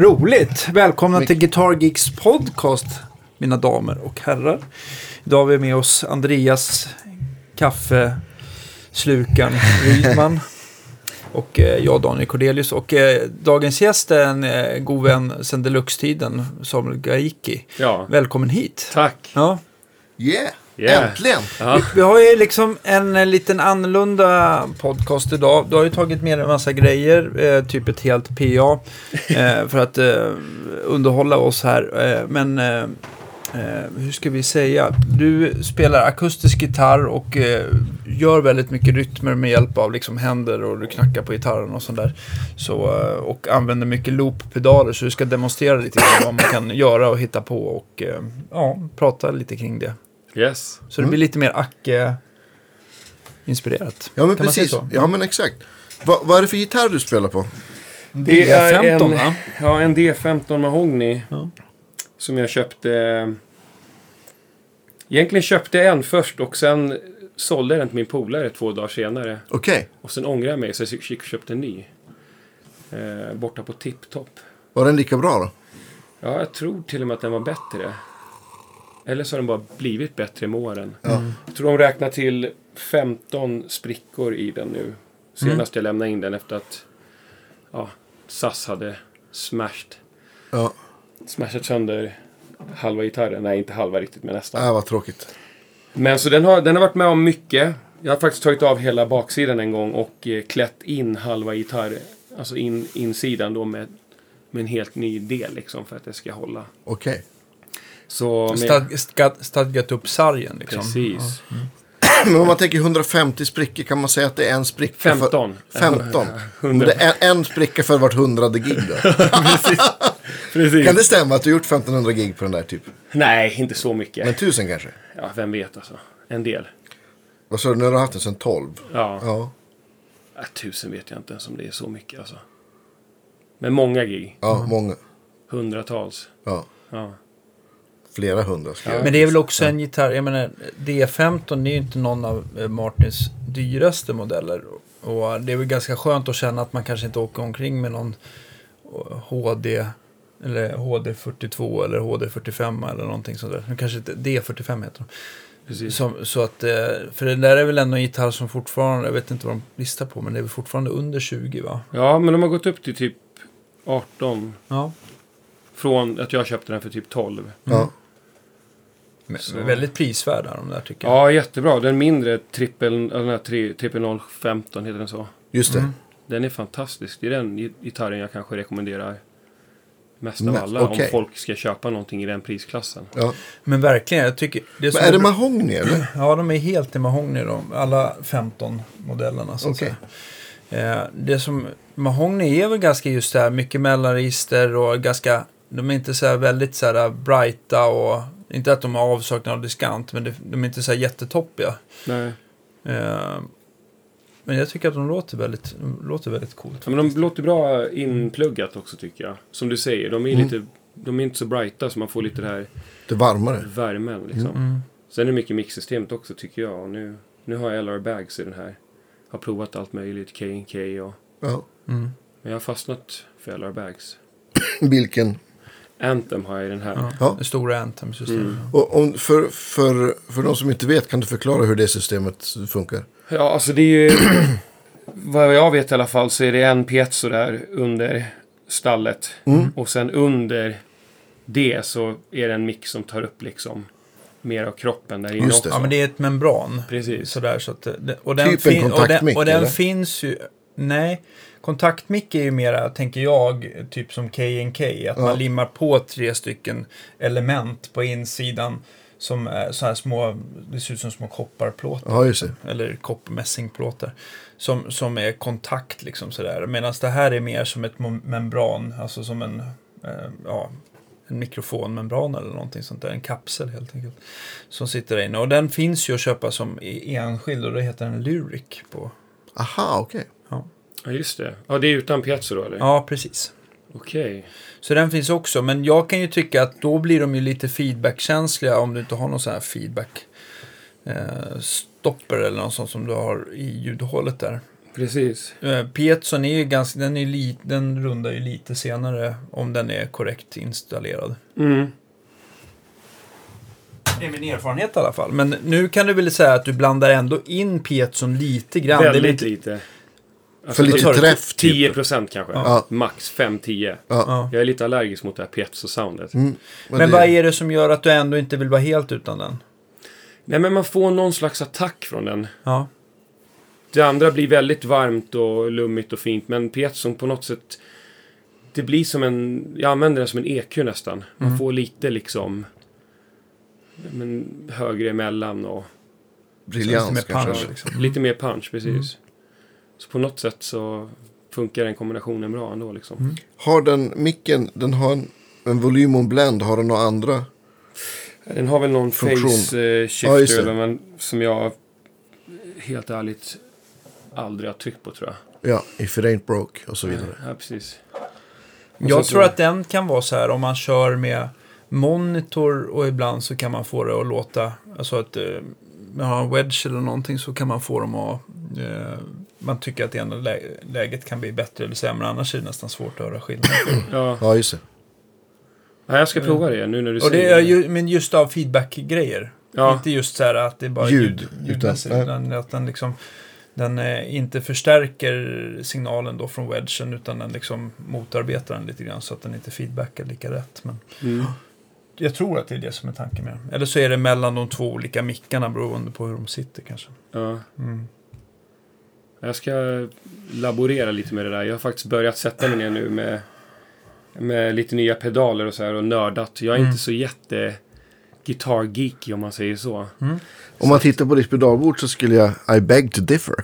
Roligt! Välkomna till Guitar Geeks podcast, mina damer och herrar. Idag har vi med oss Andreas kaffeslukaren Rydman och jag, Daniel Cordelius. Och dagens gäst är en god vän sedan Deluxe-tiden, Samuel Gaiki. Ja. Välkommen hit. Tack. Ja. Yeah. Äntligen! Ja. Vi har ju liksom en liten annorlunda podcast idag. Du har ju tagit med en massa grejer, typ ett helt PA, för att underhålla oss här. Men hur ska vi säga? Du spelar akustisk gitarr och gör väldigt mycket rytmer med hjälp av liksom händer och du knackar på gitarren och sånt där. Så, och använder mycket loop-pedaler, så du ska demonstrera lite grann vad man kan göra och hitta på och prata lite kring det. Yes. Så det blir lite mer Acke-inspirerat. Ja, men Kan man säga precis. så? Ja, men exakt. Vad är det för gitarr du spelar på? Det är D15, va? en D15 Mahogny Ja. som jag köpte. Egentligen köpte jag en först och sen sålde den till min polare 2 dagar senare. Okej. Och sen ångrade jag mig så jag gick och köpte en ny. Borta på Tip-Top. Var den lika bra då? Ja, jag tror till och med att den var bättre. Eller så har den bara blivit bättre med åren. Jag tror de räknar till 15 sprickor i den nu. Senast jag lämnade in den efter att SAS hade smashat sönder halva gitarren. Nej, inte halva riktigt, men nästan. Vad tråkigt. Men så den har varit med om mycket. Jag har faktiskt tagit av hela baksidan en gång och klätt in halva gitarr. Alltså insidan då med en helt ny del liksom för att det ska hålla. Okej. Så Stadgat upp sargen liksom. Precis. Ja. Men om man tänker 150 sprickor, kan man säga att det är en spricka 15. för... 15? Men det är en spricka för vart 100 gig då? Precis. Kan det stämma att du gjort 1500 gig på den där typ? Nej, inte så mycket. Men 1000 kanske? Ja, vem vet alltså. En del. Vad sa du, när du har haft den sedan 12? Ja. 1000 vet jag inte ens om det är så mycket alltså. Men många gig. Ja, många. Hundratals. Ja. Ja. Flera hundra ska jag. Men det är väl också en gitarr, jag menar, D15 är ju inte någon av Martins dyraste modeller. Och det är väl ganska skönt att känna att man kanske inte åker omkring med någon HD eller HD42 eller HD45 eller någonting sånt där. Kanske inte D45 heter de. Precis. Så att, för det där är väl ändå en gitarr som fortfarande, jag vet inte vad de listar på, men det är väl fortfarande under 20, va? Ja, men de har gått upp till typ 18. Ja. Från att jag köpte den för typ 12. Ja. Men väldigt prisvärda de där, tycker jag. Ja, jättebra. Den mindre trippel 015 heter den så. Just det. Den är fantastisk. Det är den gitarren jag kanske rekommenderar mest av alla okej. om folk ska köpa någonting i den prisklassen. Ja. Men verkligen, jag tycker... Men är det mahogny eller? Ja, de är helt i mahogny, alla 15 modellerna, så att säga. Det som mahogny är väl ganska just där, mycket mellanregister och ganska... De är inte så här väldigt så här brighta och... Inte att de har avsaknad av diskant, men de är inte så här jättetoppiga. Nej. Men jag tycker att de låter väldigt coolt. Ja, men de låter bra inpluggat också, tycker jag. Som du säger, de är inte så brighta så man får lite det här Det är varmare. värmen liksom. Sen är det mycket mixsystemet också, tycker jag. Och nu har jag LR Bags i den här. Har provat allt möjligt, K&K och... Ja. Men jag har fastnat för LR Bags. Vilken? Anthem har jag i den här. Ja. Det stora Anthem-systemet. Och för de som inte vet, kan du förklara hur det systemet funkar? Ja, alltså det är ju... vad jag vet i alla fall så är det en piezo där under stallet. Och sen under det så är det en mix som tar upp liksom mer av kroppen där inne Just det. också. Ja, men det är ett membran. Precis. Sådär, så att, Typ en kontaktmick, och den eller? finns ju... Nej, kontaktmick är ju mera, tänker jag, typ som K&K. Att man limmar på 3 stycken element på insidan som är så här små, det ser ut som små kopparplåtar. Ja, just det. Eller kopparmässingplåtar. Som är kontakt liksom sådär. Medan det här är mer som ett membran, alltså som en mikrofonmembran eller någonting sånt där. En kapsel helt enkelt. Som sitter där inne. Och den finns ju att köpa som enskild och det heter en Lyric på. Aha, okej. Ja. Ja, just det. Ja, det är utan piezo då, eller? Ja, precis. Okej. Så den finns också. Men jag kan ju tycka att då blir de ju lite feedbackkänsliga om du inte har någon sån här feedback stopper eller något sånt som du har i ljudhålet där. Precis. Piezon är ju ganska, den rundar ju lite senare om den är korrekt installerad. Det är min erfarenhet i alla fall. Men nu kan du väl säga att du blandar ändå in piezon lite grann. Väldigt lite. För lite träff. 10% kanske. Ja. Max 5-10. Ja. Jag är lite allergisk mot det här piezo-soundet. Men vad är det som gör att du ändå inte vill vara helt utan den? Nej, men man får någon slags attack från den. Ja. Det andra blir väldigt varmt och lummigt och fint. Men piezon på något sätt... Det blir som en... Jag använder den som en EQ nästan. Man får lite liksom... Men högre emellan och... Briljans lite mer kanske. punch, liksom. Lite mer punch, precis. Så på något sätt så funkar den kombinationen bra ändå liksom. Har den micken, den har en volym och blend, har den några andra? Den har väl någon funktion. face shifter men som jag helt ärligt aldrig har tryckt på, tror jag. Ja, if it ain't broke och så vidare. Ja, precis. Jag tror att den kan vara så här om man kör med monitor och ibland så kan man få det att låta, alltså att man har en wedge eller någonting så kan man få dem att man tycker att det ena läget kan bli bättre eller sämre, annars är det nästan svårt att höra skillnad. Ja, just det. Ja, jag ska prova det nu när du och det säger är ju, men just av feedback-grejer. Ja. Inte just så här att det är bara ljudmässigt, utan att den liksom den inte förstärker signalen då från wedgen utan den liksom motarbetar den lite grann så att den inte feedbackar lika rätt. Men jag tror att det är det som är tanken med. Eller så är det mellan de två olika mickarna beroende på hur de sitter kanske. Ja. Jag ska laborera lite med det där. Jag har faktiskt börjat sätta mig ner nu med lite nya pedaler och så här och nördat. Jag är inte så jätte gitarr-geeky om man säger så. Om man tittar på ditt pedalbord så skulle jag I beg to differ.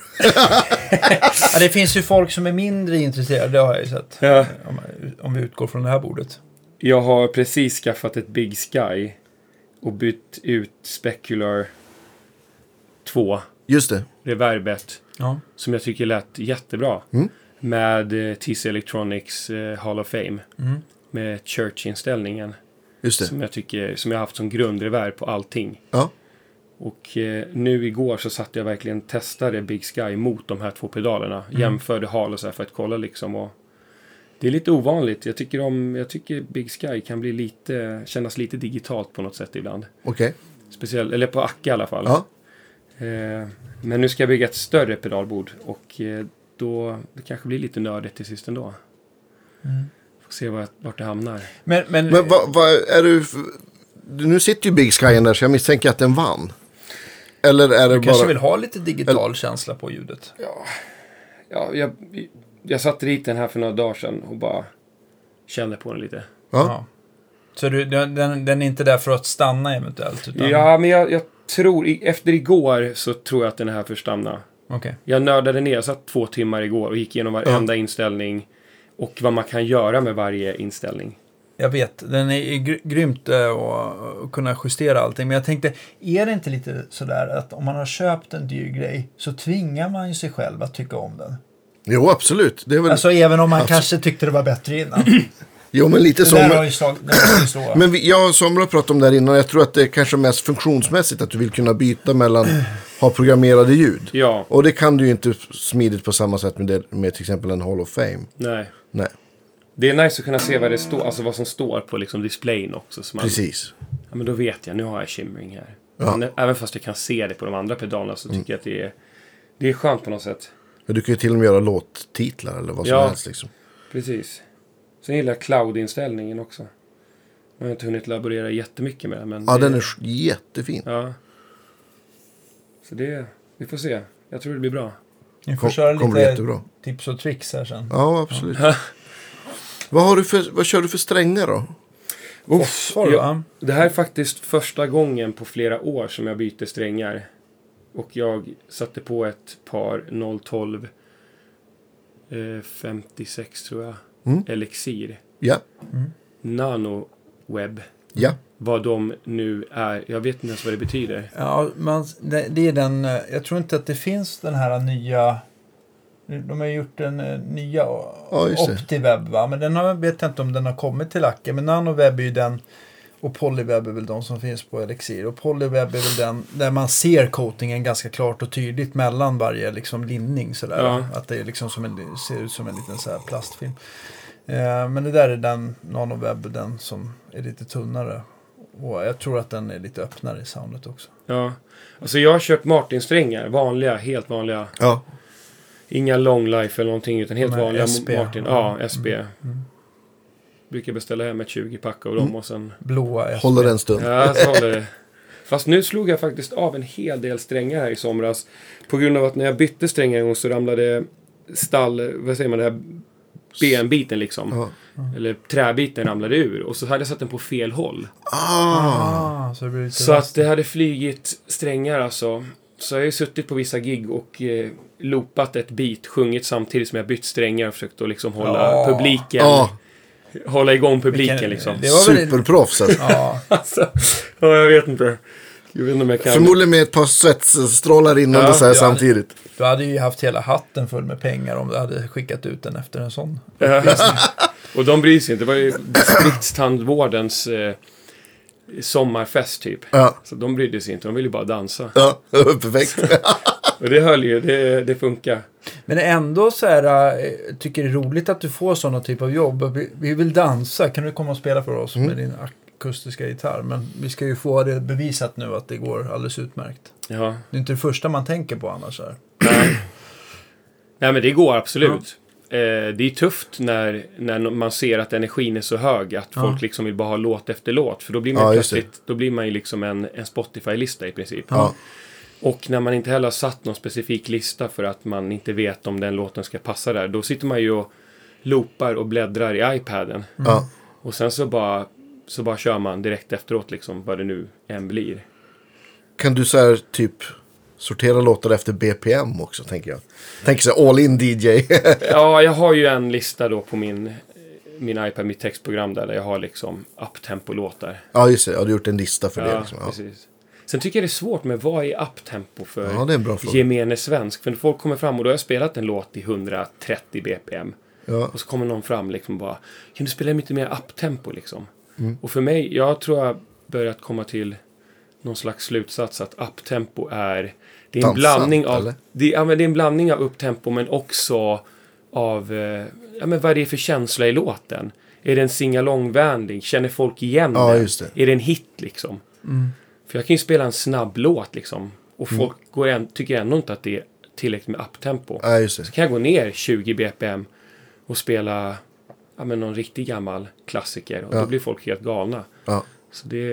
Ja, det finns ju folk som är mindre intresserade, det har jag ju sett. Ja. Om vi utgår från det här bordet. Jag har precis skaffat ett Big Sky och bytt ut Specular 2 Just det. reverbet Ja. som jag tycker lät jättebra med TC Electronics Hall of Fame med Church-inställningen Just det. som jag haft som grundreverb på allting. Ja. Och nu igår så satt jag verkligen testade Big Sky mot de här två pedalerna. Jämförde Hall och så här för att kolla liksom. Och det är lite ovanligt. Jag tycker Big Sky kan bli kännas lite digitalt på något sätt ibland. Okej. Speciellt, eller på Acke i alla fall. Ja. Men nu ska jag bygga ett större pedalbord. Och då det kanske blir lite nördigt till sist ändå. Får se vart det hamnar. Men vad är du... Nu sitter ju Big Skyen där så jag misstänker att den vann. Eller är det du bara... kanske vill ha lite digital känsla på ljudet. Ja, jag satte dit den här för några dagar sedan och bara kände på den lite. Ja. Så den är inte där för att stanna eventuellt? Utan... Ja, men jag tror... Efter igår så tror jag att den här får stanna. Okay. Jag nördade ner. Jag satt 2 timmar igår och gick igenom varenda inställning. Och vad man kan göra med varje inställning. Jag vet, den är grymt att kunna justera allting. Men jag tänkte, är det inte lite sådär att om man har köpt en dyr grej så tvingar man ju sig själv att tycka om den? Jo, absolut. Det är väl... Alltså även om man kanske tyckte det var bättre innan. Jo, men lite så. Men jag och Somra pratade om det här innan. Jag tror att det är kanske mest funktionsmässigt att du vill kunna byta mellan ha programmerade ljud. Ja. Och det kan du ju inte smidigt på samma sätt med till exempel en Hall of Fame. Nej. Det är nice att kunna se vad det står, alltså vad som står på liksom displayen också. Så precis. Ja, men då vet jag, nu har jag shimmering här. Ja. Men även fast jag kan se det på de andra pedalerna så tycker jag att det är skönt på något sätt. Ja, du kan ju till och med göra låttitlar eller vad som helst liksom. Precis. Sen gillar jag cloud-inställningen också. Jag har inte hunnit laborera jättemycket med men ja, den är jättefin. Ja. Så vi får se. Jag tror det blir bra. Ni får köra lite tips och tricks här sen. Ja, absolut. Ja. Vad kör du för strängar då? Det här är faktiskt första gången på flera år som jag byter strängar. Och jag satte på ett par 012 56 tror jag. Elixir. Ja. Nano Web. Ja. Vad de nu är. Jag vet inte ens vad det betyder. Ja, det är den... Jag tror inte att det finns den här nya... De har gjort den nya OptiWeb, va? Men vet jag inte om den har kommit till Acke. Men NanoWeb är ju den Och Polyweb är väl de som finns på Elixir. Och Polyweb är väl den där man ser coatingen ganska klart och tydligt mellan varje liksom linning sådär. Ja. Att det är liksom ser ut som en liten så här plastfilm. Men det där är den NanoWeb, den som är lite tunnare. Och jag tror att den är lite öppnare i soundet också. Ja, alltså jag har köpt Martin-strängar, vanliga, helt vanliga. Ja. Inga long life eller någonting, utan helt vanliga SB. Martin. Ja, SB. Brukar beställa hem ett 20-pack av dem och sen... Blåa SB. Håller en stund. Ja, så håller det. Fast nu slog jag faktiskt av en hel del strängar här i somras. På grund av att när jag bytte strängar en gång så ramlade vad säger man, det här benbiten liksom. Eller träbiten ramlade ur. Och så hade jag satt den på fel håll. Så att det hade flygit strängar alltså. Så jag har ju suttit på vissa gig och loopat ett beat, sjungit samtidigt som jag bytt strängar och försökt att liksom hålla publiken... Hålla igång publiken liksom. Det var superproffs. Alltså, jag vet inte. Jag vet inte om jag kan. Förmodligen med ett par svetsstrålar innan och så här samtidigt. Du hade ju haft hela hatten full med pengar om du hade skickat ut den efter en sån. Och de bryr sig inte. Det var ju distriktstandvårdens sommarfest typ. Så de brydde sig inte. De ville ju bara dansa. Ja, perfekt. Och det höll ju. Det funkar. Men ändå så här, tycker det är roligt att du får sådana typ av jobb. Vi vill dansa. Kan du komma och spela för oss med din akustiska gitarr? Men vi ska ju få det bevisat nu att det går alldeles utmärkt. Ja. Det är inte det första man tänker på annars här. Nej, men det går absolut. Det är tufft när man ser att energin är så hög att folk liksom vill bara ha låt efter låt. För då blir man plötsligt, då blir man ju liksom en Spotify-lista i princip. Ja. Och när man inte heller har satt någon specifik lista för att man inte vet om den låten ska passa där, då sitter man ju och loopar och bläddrar i iPaden. Och sen så bara kör man direkt efteråt liksom, vad det nu än blir. Kan du så här typ sortera låtar efter BPM också, tänker jag? Tänker så här, all in DJ. Ja, jag har ju en lista då på min iPad, mitt textprogram där jag har liksom uptempo-låtar. Ja, just det. Jag har gjort en lista för det. Liksom. Precis. Sen tycker jag det är svårt med vad är uptempo för det är en bra fråga. gemene svensk. För när folk kommer fram och då har jag spelat en låt i 130 BPM. Ja. Och så kommer någon fram liksom och bara, kan du spela lite mer uptempo liksom? Och för mig, jag tror jag börjat komma till någon slags slutsats att uptempo är en blandning av det är en blandning av uptempo men också av vad det är för känsla i låten. Är det en sing-along-vänlig? Känner folk igen den? Just det. Är det en hit liksom? För jag kan ju spela en snabb låt liksom. Och folk tycker ändå inte att det är tillräckligt med uptempo. Så kan jag gå ner 20 BPM och spela någon riktig gammal klassiker. Och då blir folk helt galna. Så det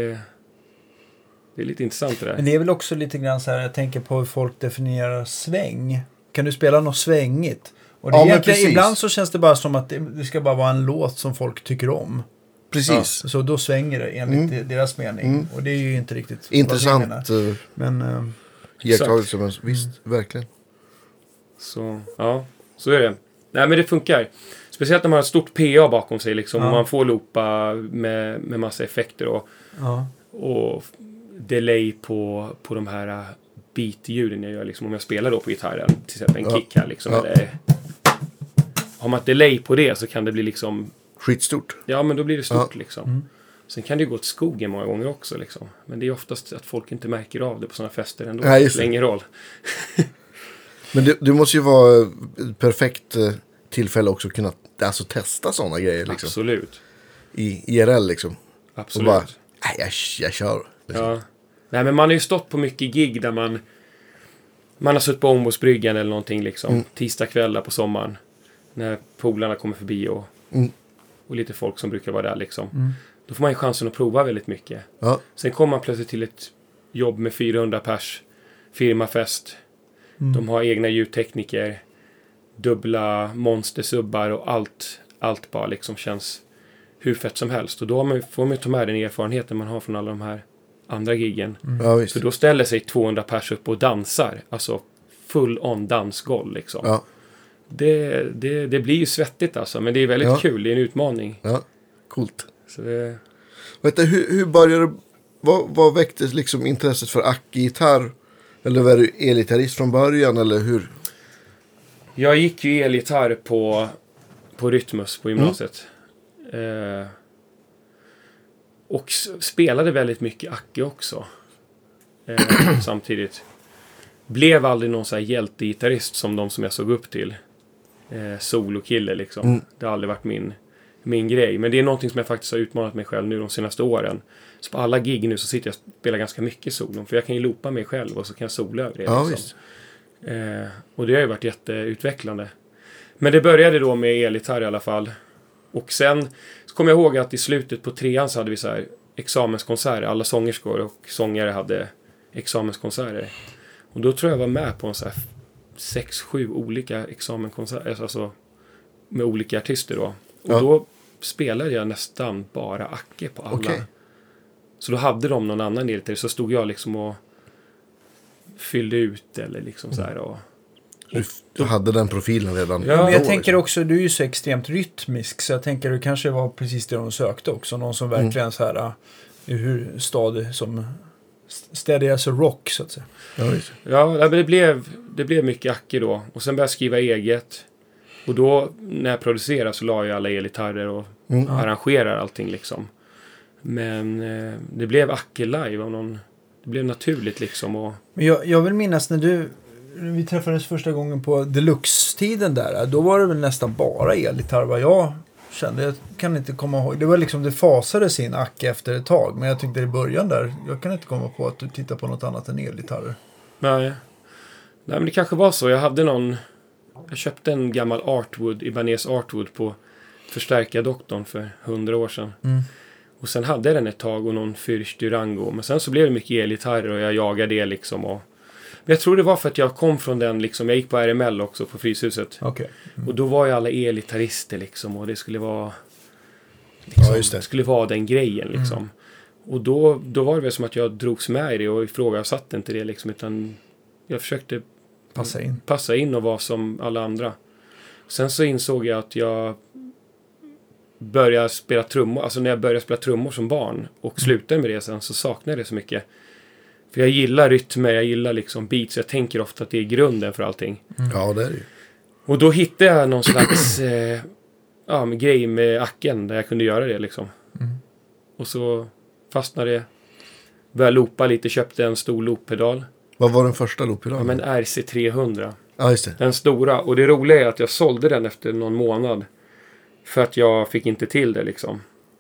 är lite intressant det där. Men det är väl också lite grann så här, jag tänker på hur folk definierar sväng. Kan du spela något svängigt? Och det egentligen, ibland så känns det bara som att det ska bara vara en låt som folk tycker om. Precis. Så då svänger det enligt deras mening. Och det är ju inte riktigt intressant. Men iakttagelse, men visst, verkligen. Så så är det. Nej, men det funkar. Speciellt när man har ett stort PA bakom sig liksom, och man får loopa med massa effekter och delay på de här beat-ljuden jag gör liksom, om jag spelar då på gitarren, till exempel en kick här liksom, eller har man ett delay på det så kan det bli liksom skitstort. Ja, men då blir det stort liksom. Sen kan det ju gå åt skogen många gånger också liksom. Men det är oftast att folk inte märker av det på sådana fester ändå. Det spelar ingen roll. Men du måste ju vara perfekt tillfälle också att kunna testa sådana grejer liksom. Absolut. I IRL liksom. Absolut. Och bara, jag kör. Liksom. Ja. Nej, men man har ju stått på mycket gig där man har suttit på Ångbåtsbryggan eller någonting liksom. Tisdagskvällar på sommaren. När polarna kommer förbi och lite folk som brukar vara där liksom. Då får man ju chansen att prova väldigt mycket. Sen kommer man plötsligt till ett jobb med 400 pers. Firmafest. De har egna ljudtekniker. Dubbla monstersubbar och allt bara liksom känns hur fett som helst. Och då får man ta med den erfarenheten man har från alla de här andra giggen. Så då ställer sig 200 pers upp och dansar. Alltså full on dansgolv liksom. Det blir ju svettigt alltså. Men det är väldigt kul. Det är en utmaning. Ja, coolt. Så det... Vet du, hur började vad väcktes liksom intresset för ack-gitarr? Eller var du elgitarrist från början? Eller hur? Jag gick ju elgitarr på Rytmus på gymnasiet. Och spelade väldigt mycket Acke också. Samtidigt. Blev aldrig någon så här hjältegitarrist som de som jag såg upp till. Solokille liksom. Det har aldrig varit min grej. Men det är någonting som jag faktiskt har utmanat mig själv nu de senaste åren. Så på alla gig nu så sitter jag och spelar ganska mycket solon. För jag kan ju loopa mig själv och så kan jag sola över det. Ja, liksom. Och det har ju varit jätteutvecklande. Men det började då med elgitarr i alla fall. Och sen så kommer jag ihåg att i slutet på 3:an så hade vi så här examenskonserter. Alla sångerskor och sångare hade examenskonserter. Och då tror jag var med på en så här 6-7 olika examenskonserter. Alltså med olika artister då. Och då spelade jag nästan bara Acke på alla. Okay. Så då hade de någon annan elgitarr. Så stod jag liksom och fyllde ut eller liksom så här. Och du hade den profilen redan. Ja, men jag tänker också, du är ju så extremt rytmisk. Så jag tänker det kanske var precis det de sökte också. Någon som verkligen så här hur stadig som steady as a rock så att säga. Ja, men det blev mycket Acke då. Och sen började jag skriva eget. Och då när jag producerade så la jag alla elgitarrer och arrangerar allting liksom. Men det blev Acke live av någon. Det blev naturligt liksom. Och men jag vill minnas när vi träffades första gången på Deluxe-tiden där. Då var det väl nästan bara elgitarr vad jag kände. Jag kan inte komma ihåg. Det var liksom, det fasade sin Acke efter ett tag. Men jag tyckte i början där, jag kan inte komma på att du tittar på något annat än elgitarrer. Nej, men det kanske var så. Jag köpte en gammal Artwood, Ibanez Artwood på förstärkardoktorn för 100 år sedan. Och sen hade jag den ett tag och någon Fürst Durango. Men sen så blev det mycket elgitarrer och jag jagade det liksom. Men jag tror det var för att jag kom från den liksom. Jag gick på RML också på Fryshuset. Okay. Och då var ju alla elgitarrister liksom. Och det skulle vara liksom, det skulle vara den grejen liksom. Och då var det väl som att jag drogs med i det och ifrågasatte inte det liksom. Utan jag försökte passa in och vara som alla andra. Sen så insåg jag att jag började spela trummor. Alltså när jag började spela trummor som barn och slutade med det sen så saknade jag det så mycket. För jag gillar rytmer, jag gillar liksom beats. Jag tänker ofta att det är grunden för allting. Ja, det är det ju. Och då hittade jag någon slags grej med Acken där jag kunde göra det liksom. Och så fastnade det. Började loopa lite, köpte en stor looppedal. Vad var den första looppedalen? Ja, men RC300. Ja, just det. Den stora. Och det roliga är att jag sålde den efter någon månad. För att jag fick inte till det liksom.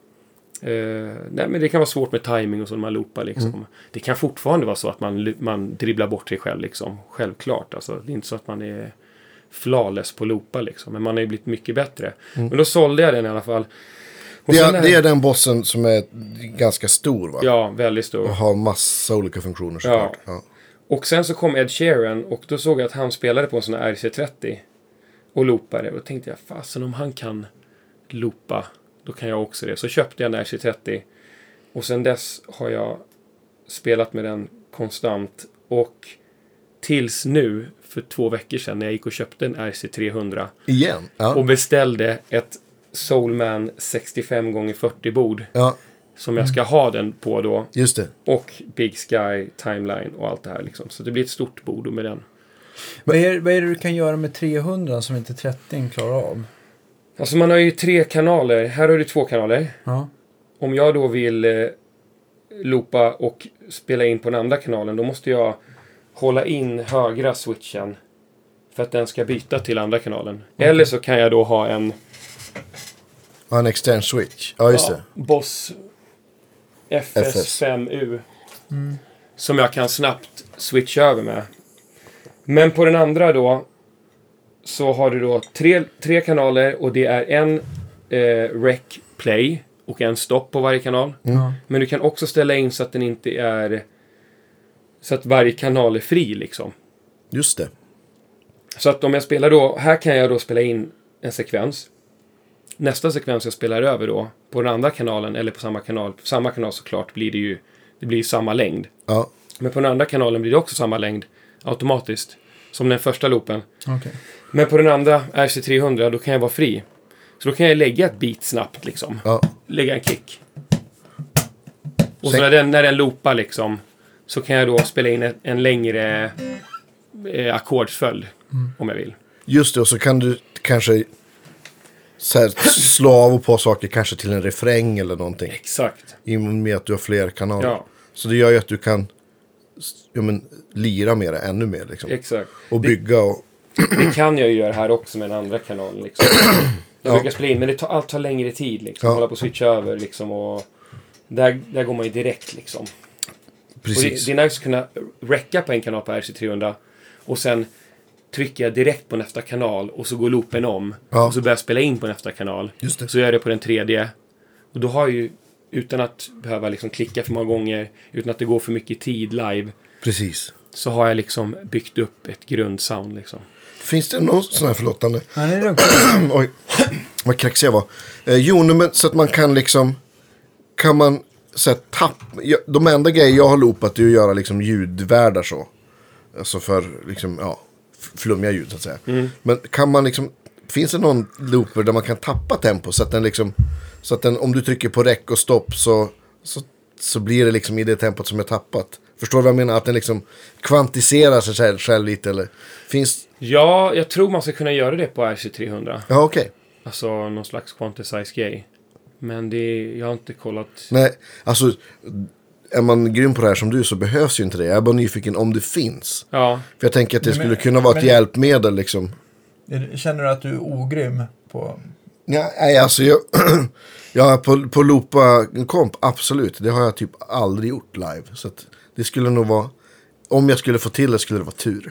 Nej, men det kan vara svårt med timing och så när man loopar liksom. Det kan fortfarande vara så att man dribblar bort sig själv liksom. Självklart. Alltså, det är inte så att man är flawless på loopa liksom. Men man har ju blivit mycket bättre. Men då sålde jag den i alla fall. Det är den bossen som är ganska stor va? Ja, väldigt stor. Och har massa olika funktioner såklart. Ja. Och sen så kom Ed Sheeran och då såg jag att han spelade på en sån här RC30 och loopade. Och då tänkte jag, fasen om han kan loopa, då kan jag också det. Så köpte jag en RC30 och sen dess har jag spelat med den konstant. Och tills nu, för 2 veckor sedan, när jag gick och köpte en RC300 igen och beställde ett Soulman 65x40 bord. Ja. Som jag ska ha den på då. Just det. Och Big Sky, Timeline och allt det här liksom. Så det blir ett stort bord med den. Vad är det du kan göra med 300 som inte 30 klarar av? Alltså man har ju 3 kanaler. Här har du 2 kanaler. Ja. Om jag då vill loopa och spela in på den andra kanalen, då måste jag hålla in högra switchen för att den ska byta till andra kanalen. Okay. Eller så kan jag då ha en extern switch. Ja, just det. Boss FS5U. Som jag kan snabbt switcha över med. Men på den andra då så har du då 3 kanaler och det är en rec play och en stopp på varje kanal. Men du kan också ställa in så att den inte är så att varje kanal är fri liksom. Just det. Så att om jag spelar då, här kan jag då spela in en sekvens. Nästa sekvens jag spelar över då på den andra kanalen eller på samma kanal såklart blir det blir samma längd. Ja. Men på den andra kanalen blir det också samma längd automatiskt som den första loopen. Okay. Men på den andra RC300 då kan jag vara fri. Så då kan jag lägga ett beat snabbt liksom. Ja. Lägga en kick. Och så när den loopar liksom så kan jag då spela in en längre ackordsföljd om jag vill. Just det, och så kan du kanske så här, slå av och på saker kanske till en refräng eller någonting. Exakt. I och med att du har fler kanaler. Ja. Så det gör ju att du kan lira med det ännu mer liksom. Exakt. Och bygga och... Det kan jag ju göra här också med en andra kanal liksom. Jag brukar spela in, men allt tar längre tid liksom. Hålla på att switcha över liksom, och där går man ju direkt liksom. Precis. Och det är nice att kunna räcka på en kanal på RC300 och sen trycker jag direkt på nästa kanal och så går loopen om. Och så börjar jag spela in på nästa kanal. Just det. Så gör jag det på den tredje. Och då har jag ju, utan att behöva liksom klicka för många gånger, utan att det går för mycket tid live. Precis. Så har jag liksom byggt upp ett grundsound liksom. Finns det någon sån här förlåtande? Nej, det är lugnt. Oj, vad kaxig jag var. Men så att man kan liksom... Kan man så här, de enda grejer jag har loopat är att göra liksom ljudvärdar så. Alltså för liksom, flummiga ljud så att säga. Men kan man liksom... Finns det någon looper där man kan tappa tempo så att den liksom... Så att den, om du trycker på räck och stopp så blir det liksom i det tempot som jag tappat. Förstår du vad jag menar? Att den liksom kvantiserar sig själv lite eller... Finns... Ja, jag tror man ska kunna göra det på RC300. Ja, okej. Alltså någon slags quantize-grej. Men jag har inte kollat. Nej, alltså är man grym på det här som du så behövs ju inte det. Jag är bara nyfiken om det finns. Ja. För jag tänker att det skulle kunna vara ett hjälpmedel liksom. Känner du att du är ogrym på... Ja, nej, alltså jag på loopa komp, absolut. Det har jag typ aldrig gjort live. Så att det skulle nog vara... Om jag skulle få till det skulle det vara tur.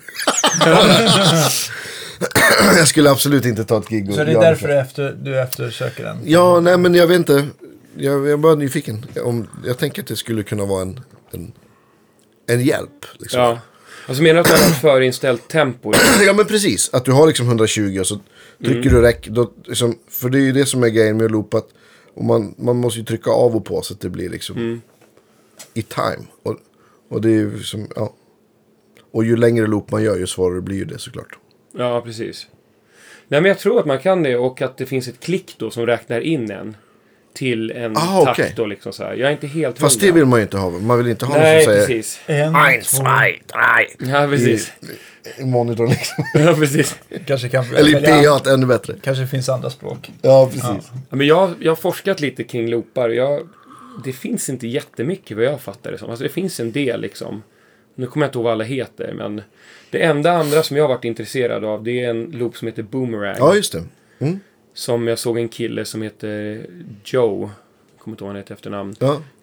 Jag skulle absolut inte ta ett gig. Så det är därför du eftersöker den? Ja, nej men jag vet inte. Jag är bara nyfiken. Jag tänker att det skulle kunna vara en hjälp. Liksom. Ja. Alltså menar du att du har ett förinställt tempo? Ja men precis. Att du har liksom 120 och så trycker du räck. Då, liksom, för det är ju det som är grejen med att loopa. Och man måste ju trycka av och på så att det blir liksom i time. Och det är ju som, och ju längre loop man gör ju svårare blir ju det såklart. Ja, precis. Nej, men jag tror att man kan det och att det finns ett klick då som räknar in en till en takt då liksom så här. Jag är inte helt fast det vill man ju inte ha. Man vill inte ha någon som säger precis. 1, 2, 3 Ja, precis. I monitor liksom. Ja, precis. Kanske kan eller i PA ännu bättre. Kanske finns andra språk. Ja, precis. Ja, men jag har forskat lite kring loopar. Det finns inte jättemycket vad jag fattar det som. Alltså det finns en del liksom. Nu kommer jag inte ihåg vad alla heter, men det enda andra som jag har varit intresserad av, det är en loop som heter Boomerang. Ja, just det. Som jag såg en kille som heter Joe, jag kommer inte ihåg vad han heter efternamn,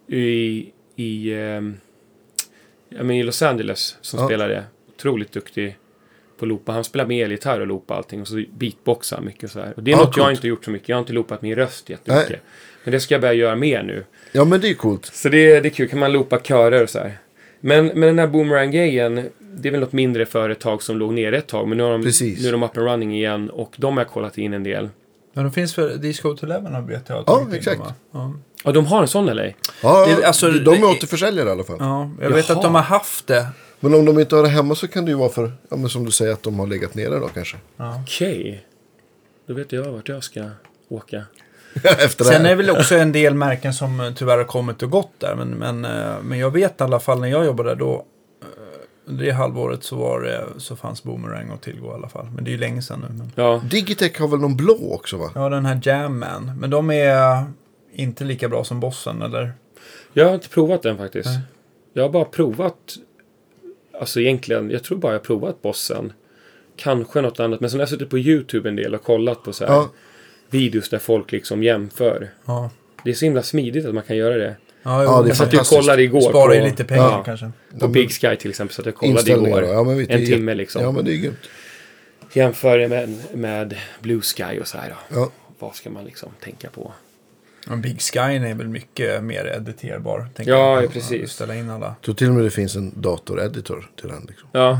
i Los Angeles som spelade. Otroligt duktig på loopa. Han spelar med elgitarr och loopa allting och så beatboxar mycket och så här. Och det är något jag inte gjort så mycket. Jag har inte loopat min röst jättemycket. Nej. Men det ska jag börja göra mer nu. Ja, men det är coolt. Så det är kul. Kan man loopa körer och så här. Men den här Boomerang-grejen, det är väl något mindre företag som låg ner ett tag. Men nu är de up and running igen och de har kollat in en del. Men de finns för Disco 11 har vet jag. Ja, exakt. Ja, de har en sån eller? Ja, de är återförsäljare i alla fall. Ja, jag vet att de har haft det. Men om de inte har det hemma så kan det ju vara för, men som du säger, att de har legat nere då kanske. Ja. Okej. Då vet jag vart jag ska åka. Sen är det väl också en del märken som tyvärr har kommit och gått där. Men jag vet i alla fall när jag jobbade då, under det halvåret så fanns Boomerang att tillgå i alla fall. Men det är ju länge sedan nu. Men... Ja. Digitech har väl någon blå också va? Ja, den här Jamman. Men de är inte lika bra som Bossen, eller? Jag har inte provat den faktiskt. Nej. Jag har bara provat, alltså egentligen, jag tror bara jag har provat Bossen. Kanske något annat. Men sen har jag suttit på YouTube en del och kollat på så här videos där folk liksom jämför. Ja. Det är så himla smidigt att man kan göra det. Ja, det är så att jag kollade igår. Sparar ju lite pengar kanske. På Big Sky till exempel. Så att jag kollade igår. En timme liksom. Ja, men det är grymt. Jämför det med Blue Sky och så här då. Ja. Vad ska man liksom tänka på? Men Big Sky är väl mycket mer editerbar. Ja, precis. Ställa in alla. Så till och med det finns en datoreditor till den liksom. Ja.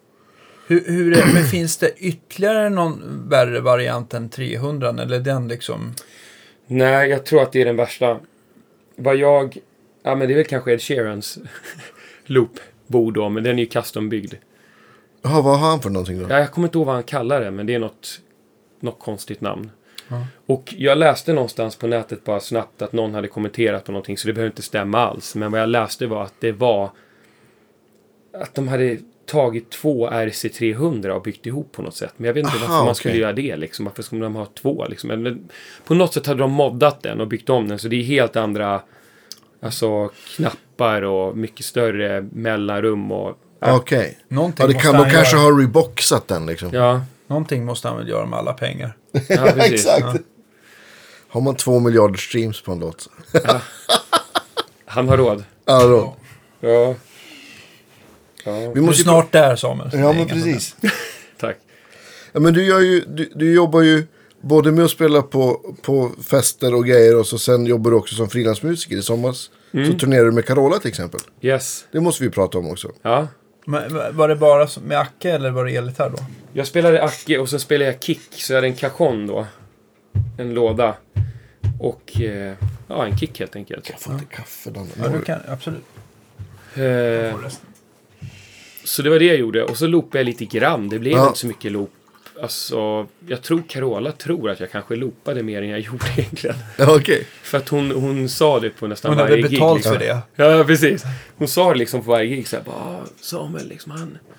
Men finns det ytterligare någon värre variant än 300 eller den liksom? Nej, jag tror att det är den värsta. Men det är väl kanske Ed Sheerans loop-bord då, men den är ju custom-byggd. Jaha, vad har han för någonting då? Ja, jag kommer inte ihåg vad han kallar det, men det är något konstigt namn. Och jag läste någonstans på nätet bara snabbt att någon hade kommenterat på någonting, så det behöver inte stämma alls. Men vad jag läste var att det var att de hade tagit 2 RC300 och byggt ihop på något sätt. Men jag vet inte varför man skulle göra det. Liksom. Varför skulle de ha 2? Liksom? Men på något sätt hade de moddat den och byggt om den. Så det är helt andra alltså, knappar och mycket större mellanrum. Okej. De kanske har reboxat den liksom. Ja. Någonting måste han väl göra med alla pengar. Ja, Exakt. Ja. Har man 2 miljarder streams på en låt? Ja. Han har råd. Ja, då. Ja. Vi Du är måste snart där, Samuel. Ja, men precis. Tack. Ja, men du jobbar ju både med att spela på fester och grejer och så sen jobbar du också som frilansmusiker. I sommars så turnerar du med Carola till exempel. Yes. Det måste vi prata om också. Ja. Men var det bara med Acke eller var det elgitarr då? Jag spelade Acke och sen spelade jag kick. Så jag hade en cajon då. En låda. Och en kick helt enkelt. Jag får inte kaffe då. Ja, du kan, absolut. Så det var det jag gjorde. Och så loopade jag lite grann. Det blev inte så mycket loop. Alltså, jag tror Carola tror att jag kanske loopade mer än jag gjorde egentligen. Ja, okej. För att hon sa det på nästan Hon varje gig. hade betalt liksom. för det. Ja, precis. Hon sa det liksom på varje gig. Så här, Samuel, liksom,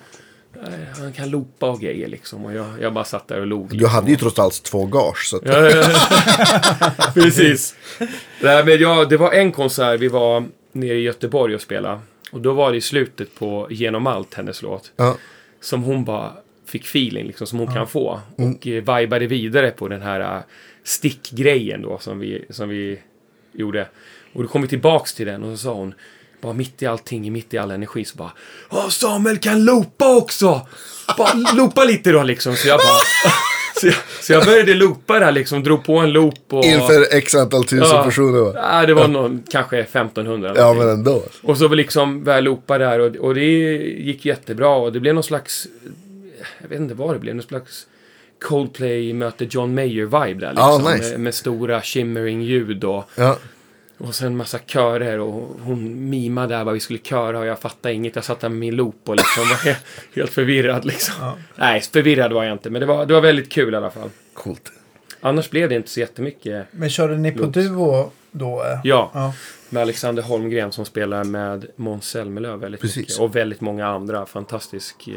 han kan loopa och grejer liksom. Och jag bara satt där och log. Du hade ju trots allt 2 gage. Så att... Precis. Nej, men det var en konsert. Vi var nere i Göteborg och spelade. Och då var det i slutet på Genom allt, hennes låt. Ja. Som hon bara fick feeling liksom, som hon kan få. Och vibade vidare på den här stickgrejen då som vi gjorde. Och då kom vi tillbaks till den och så sa hon bara mitt i allting, mitt i all energi så bara Samuel kan loopa också! Bara loopa lite då liksom. Så jag bara... Så jag började loopa där liksom, drog på en loop och... Inför x antal tusen personer va? Ja, det var kanske 1500. Ja, men ändå. Och så var liksom väl loopa där och det gick jättebra och det blev någon slags... Jag vet inte vad det blev, någon slags Coldplay möter John Mayer-vibe där liksom. Nice. Med stora shimmering-ljud och sen massa körer och hon mimade där vad vi skulle köra och jag fattade inget. Jag satt där med min loop och liksom var helt förvirrad liksom. Ja. Nej, förvirrad var jag inte, men det var väldigt kul i alla fall. Coolt. Annars blev det inte så jättemycket. Men körde ni på duo då? Ja, med Alexander Holmgren som spelar med Måns Zelmerlöw väldigt mycket. Och väldigt många andra fantastisk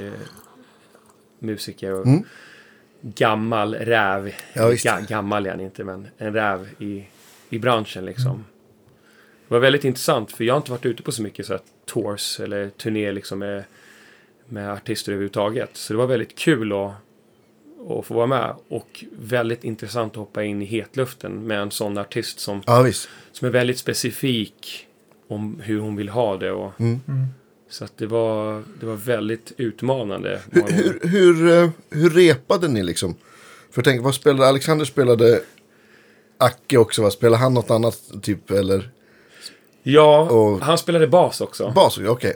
musiker och gammal räv. Gammal är han inte, men en räv i branschen liksom. Det var väldigt intressant för jag har inte varit ute på så mycket så här tours eller turné liksom med artister överhuvudtaget. Så det var väldigt kul att få vara med och väldigt intressant att hoppa in i hetluften med en sån artist som är väldigt specifik om hur hon vill ha det och så att det var väldigt utmanande. Hur repade ni liksom? För tänk, vad spelade Alexander? Spelade Acke också? Vad spelade han något annat typ eller? Ja, han spelade bas också. Bas, okej.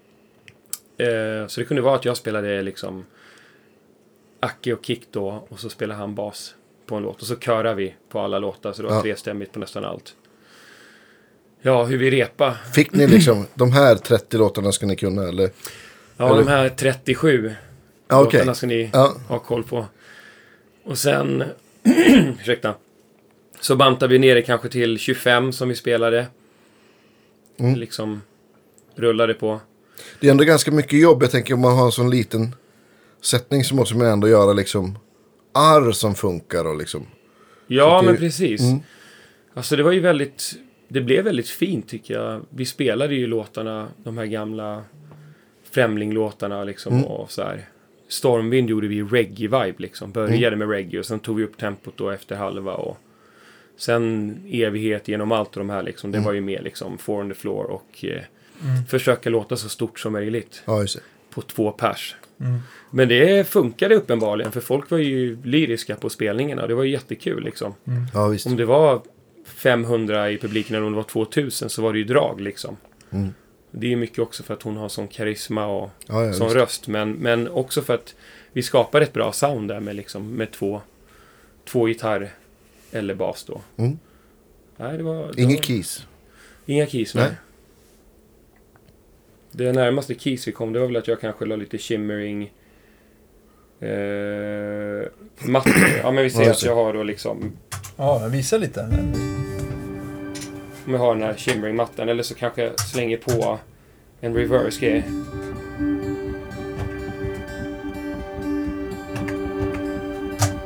Så det kunde vara att jag spelade liksom Acke och kick då och så spelade han bas på en låt och så körar vi på alla låtar så det var 3-stämmigt på nästan allt. Ja, hur vi repa. Fick ni liksom de här 30 låtarna ska ni kunna eller? Ja, eller? De här 37 låtarna ska ni ha koll på. Och sen ursäkta. Så bantar vi ner det kanske till 25 som vi spelade. Liksom rullade på. Det är ändå ganska mycket jobb. Jag tänker om man har en sån liten sättning så måste man ändå göra liksom arr som funkar och liksom. Ja, men precis. Alltså det var ju det blev väldigt fint tycker jag. Vi spelade ju låtarna, de här gamla Främling-låtarna liksom och så här. Stormvind gjorde vi reggae-vibe liksom. Började med reggae och sen tog vi upp tempot då efter halva och sen evighet genom allt och de här liksom. Det var ju mer liksom Four on the floor och försöka låta så stort som möjligt. Ja, just det. På 2 pers. Men det funkade uppenbarligen för folk var ju lyriska på spelningarna. Det var ju jättekul liksom. Ja, visst. Om det var 500 i publiken eller om det var 2000 så var det ju drag liksom. Det är mycket också för att hon har sån karisma och sån röst. Men också för att vi skapar ett bra sound där med 2 gitarr eller bas då. Nej, det var Inga keys. Inga keys, nej. Det närmaste keys vi kom, det var väl att jag kanske la lite shimmering mattor. Ja, men vi ser att jag har då liksom... Ja, jag visar lite. Om jag har den här shimmering mattan eller så kanske jag slänger på en reverse grej.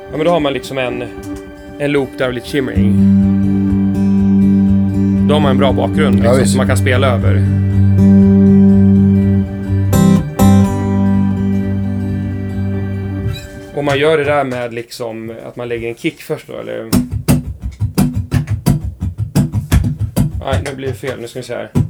Ja, men då har man liksom en loop där och lite shimmering. Då har man en bra bakgrund liksom, som man kan spela över. Och man gör det där med liksom att man lägger en kick först då, eller? Nej, nu blir det fel. Nu ska vi se här.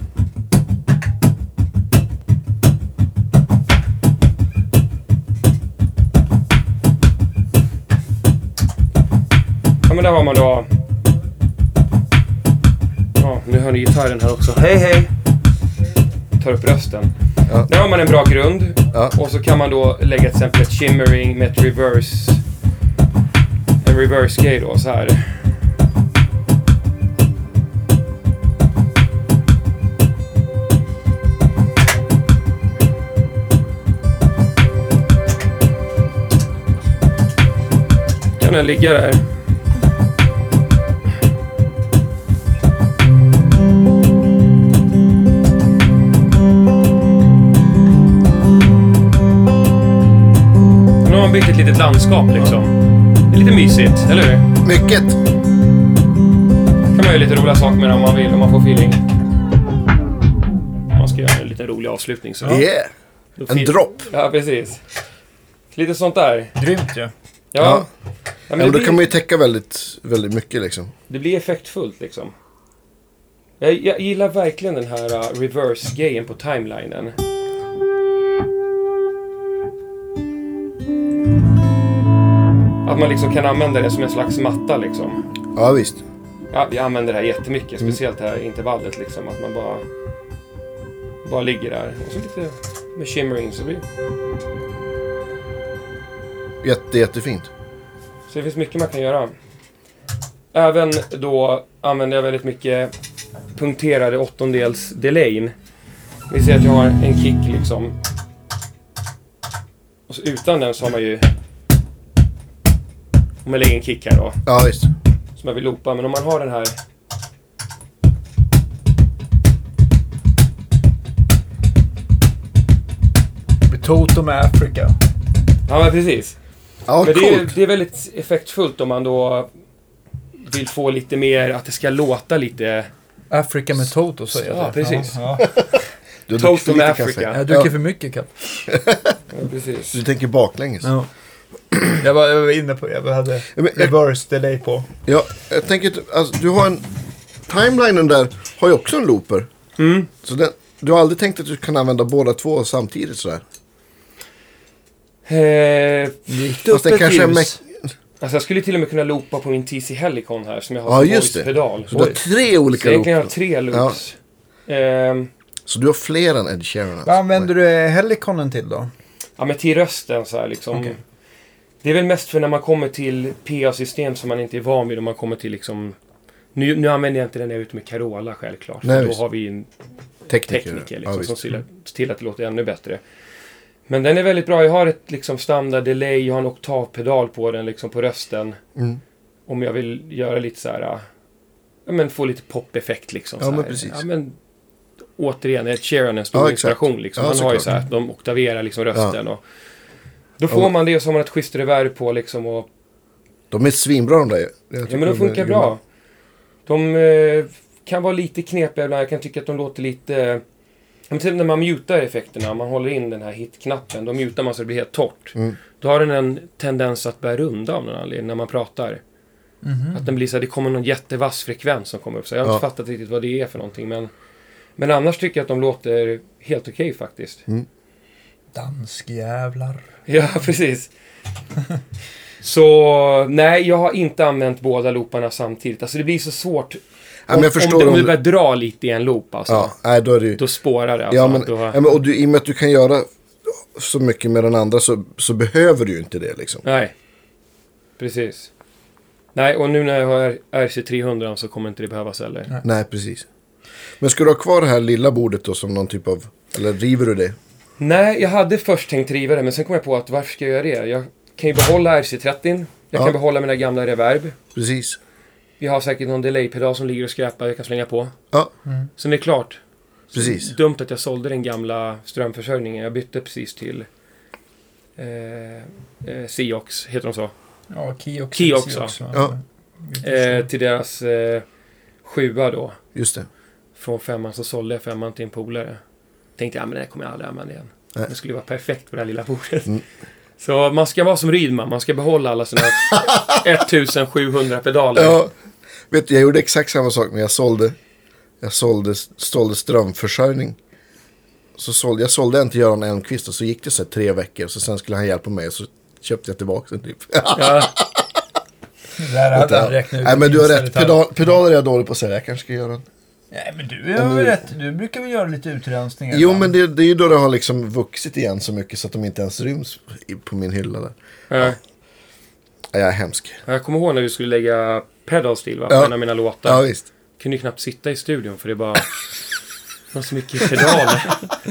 Ja, men där har man då... Ja, nu hör ni gitarren här också. Hej, hej! Tar upp rösten. Ja. Där har man en bra grund. Ja. Och så kan man då lägga till exempel ett shimmering med ett reverse. En reverse gate då, så här. Kan den ligga där? Byggt ett litet landskap liksom. Det är lite mysigt, eller hur? Mycket! Kan man göra lite roliga saker med om man vill, om man får feeling. Man ska göra en liten rolig avslutning så. Yeah! En dropp! Ja, precis. Lite sånt där. Grymt ju. Ja. Ja, men då kan man ju täcka väldigt, väldigt mycket liksom. Det blir effektfullt liksom. Jag gillar verkligen den här reverse-grejen på timelinen. Att man liksom kan använda det som en slags matta liksom. Ja, visst. Ja, vi använder det här jättemycket. Speciellt det här intervallet liksom. Att man bara ligger där. Och så lite med shimmering så blir jättefint. Så det finns mycket man kan göra. Även då använder jag väldigt mycket punkterade åttondels delayn. Vi ser att jag har en kick liksom. Och så utan den så har man ju... Om jag lägger en kick här då. Ja, visst. Som jag vill loopa. Men om man har den här... Toto med Africa. Ja, men precis. Ja, men coolt. det är väldigt effektfullt om man då vill få lite mer... Att det ska låta lite... Africa med Toto, så är det. Ja, precis. Ja. Du Toto med Africa. Jag dricker för mycket kaffe. Ja, precis. Du tänker baklänges. Ja. Jag var inne på det. Jag hade reverse delay på. Ja, jag tänker alltså, du har en... Timelinen där har ju också en looper. Mm. Så du har aldrig tänkt att du kan använda båda två samtidigt sådär? Fast det kanske är alltså jag skulle till och med kunna loopa på min TC Helicon här som jag har som voice-pedal. Så du har 3 olika så loops? jag kan ha 3 loops. Ja. Så du har fler än Ed Sheeran? Alltså. Vad använder du Heliconen till då? Ja, men till rösten så här liksom. Okay. Det är väl mest för när man kommer till PA-system som man inte är van vid. Om man kommer till liksom... Nu använder jag inte den när jag är ute med Carola självklart. Nej, för då har vi en tekniker liksom, som ser till att det låter ännu bättre. Men den är väldigt bra. Jag har ett liksom standard delay. Jag har en oktavpedal på den liksom på rösten. Mm. Om jag vill göra lite så här... Ja, men få lite pop-effekt liksom. Ja, så här. men precis. Ja, men återigen, Ed Sheeran en stor inspiration liksom. Han har ju så här att de oktaverar liksom rösten och... Då får man det och så har man ett schysst reverb på liksom och... De är svinbra de där. Ja, men de funkar bra. De kan vara lite knepiga ibland. Jag kan tycka att de låter lite... Men när man mutar effekterna, man håller in den här hit-knappen, då mutar man så det blir helt torrt. Mm. Då har den en tendens att börja runda av någon anledning när man pratar. Mm-hmm. Att den blir så här, det kommer någon jättevass frekvens som kommer upp. Så jag har inte fattat riktigt vad det är för någonting. Men annars tycker jag att de låter helt okej faktiskt. Mm. Danskjävlar. Ja, precis. Så nej, jag har inte använt båda looparna samtidigt. Alltså det blir så svårt. Om du börjar dra lite i en loop alltså. Ja, nej, då är det... Då spårar det. Alltså, ja, men och i och med att du kan göra så mycket med den andra så behöver du ju inte det liksom. Nej, precis. Nej, och nu när jag har RC300 så kommer inte det behövas heller. Nej, precis. Men ska du ha kvar det här lilla bordet då som någon typ av... Eller river du det? Nej, jag hade först tänkt riva det, men sen kom jag på att varför ska jag göra det? Jag kan ju behålla RC30. Jag kan behålla mina gamla reverb. Precis. Vi har säkert någon delay-pedal som ligger och skräpar. Jag kan slänga på. Ja. Sen är det klart. Precis. Så dumt att jag sålde den gamla strömförsörjningen. Jag bytte precis till Siox, heter de så? Ja, Key också. Ja. Till deras 7 då. Just det. Från 5 så sålde jag 5 till en polare. Tänkte jag, men det kommer jag aldrig använda igen. Nej. Det skulle vara perfekt på det här lilla bordet. Mm. Så man ska vara som Rydman. Man ska behålla alla sina 1700 pedaler. Ja, vet du, jag gjorde exakt samma sak när jag sålde strömförsörjning. Jag sålde en till Göran Elmqvist och så gick det så 3 veckor. Så sen skulle han hjälpa mig och så köpte jag tillbaka den typ. Ja. Där hade han räknat ut. Nej, men du har rätt. Pedaler är jag dålig på att säga. Jag kanske ska göra en. Nej, men du är väl rätt. Du brukar väl göra lite utrensningar. Jo, men det är ju då det har liksom vuxit igen så mycket så att de inte ens ryms på min hylla där. Ja. Jag är hemsk. Jag kommer ihåg när vi skulle lägga pedal steel på en av mina låtar. Ja, visst. Kunde ju knappt sitta i studion för det bara var så mycket pedaler.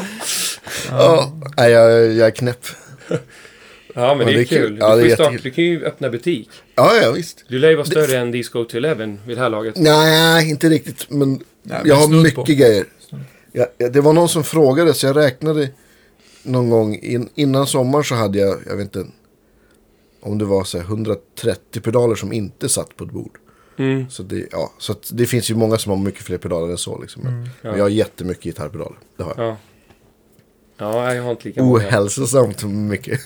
Ja, jag är knäpp. Ja, men det är kul. Ja, Du kan ju öppna butik. Ja, visst. Du lär ju vara större än Disco to 11 vid det här laget. Nej, inte riktigt. Men jag har mycket grejer. Det var någon som frågade så jag räknade någon gång innan sommar så hade jag vet inte om det var så här 130 pedaler som inte satt på ett bord. Mm. Så det finns ju många som har mycket fler pedaler än så liksom. Men jag har jättemycket gitarrpedaler. Det har jag. Ja, jag har inte lika många. Ohälsosamt mycket.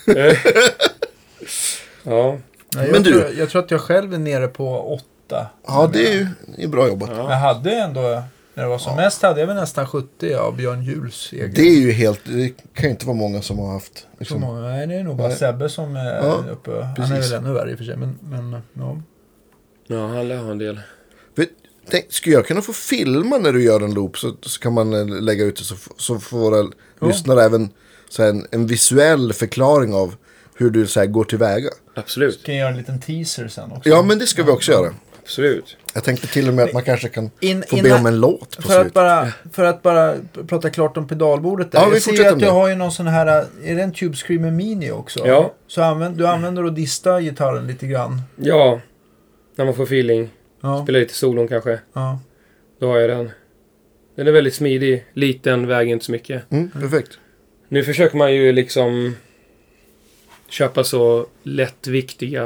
Ja. Nej, jag tror att jag själv är nere på 8. Ja, det är ju bra jobbat. Ja. Jag hade ändå, när det var som mest hade jag väl nästan 70 av Björn Juhls egen. Det är ju det kan ju inte vara många som har haft. Liksom. Så många, nej, det är nog bara Sebbe som är uppe. Precis. Han är väl ännu värre i och för sig, men ja. Ja, han lär ha en del. Skulle jag kunna få filma när du gör en loop så kan man lägga ut det så får våra lyssnare även så här, en visuell förklaring av hur du så här, går tillväga. Absolut. Kan jag göra en liten teaser sen också? Ja, men det ska vi också göra. Absolut. Jag tänkte till och med att man kanske kan få be om en låt på slut. För att bara prata klart om pedalbordet där. Ja, vi jag fortsätter ser att med du har ju någon sån här, är det en Tube Screamer Mini också? Ja. Så du använder och dista gitarren lite grann. Ja, när man får feeling. Ja. Spela lite solon kanske. Ja. Då har jag den. Den är väldigt smidig. Liten, väger inte så mycket. Perfekt. Nu försöker man ju liksom köpa så lättviktiga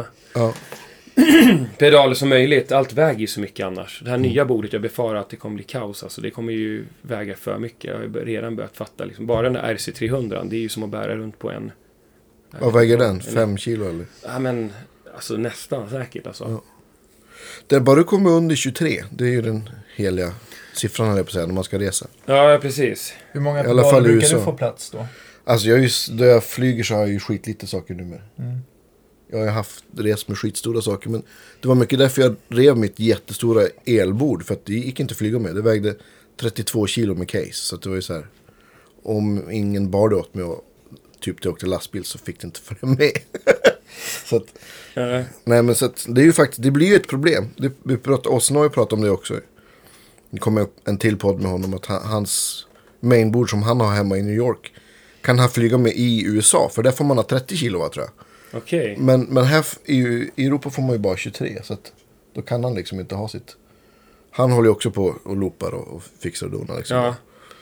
pedaler som möjligt. Allt väger ju så mycket annars. Det här nya bordet, jag befarar att det kommer bli kaos. Alltså det kommer ju väga för mycket. Jag har redan börjat fatta. Liksom. Bara den där RC300, det är ju som att bära runt på en... Vad väger den? 5 kilo eller? Ja, men alltså nästan säkert alltså. Ja. Det bara du kommer under 23, det är ju den heliga siffran här på säga när man ska resa. Ja, precis. Hur många I alla fall pedaler i brukar USA. du få plats då? Alltså då jag flyger så har jag ju skitlite saker numera. Jag har ju rest med skitstora saker, men det var mycket därför jag rev mitt jättestora elbord, för att det gick inte att flyga med. Det vägde 32 kilo med case, så att det var ju så här, om ingen bar det åt mig och typ det åkte lastbil så fick det inte följa med. Så att, nej, men så att, det är ju faktiskt, det blir ju ett problem. Osno har ju pratat om det också. Det kommer upp en till podd med honom att hans mainboard som han har hemma i New York kan han flyga med i USA, för där får man ha 30 kilo tror jag. Okej. Men här i Europa får man ju bara 23, så att då kan han liksom inte ha sitt. Han håller ju också på och loopar och fixar och donar liksom. Ja.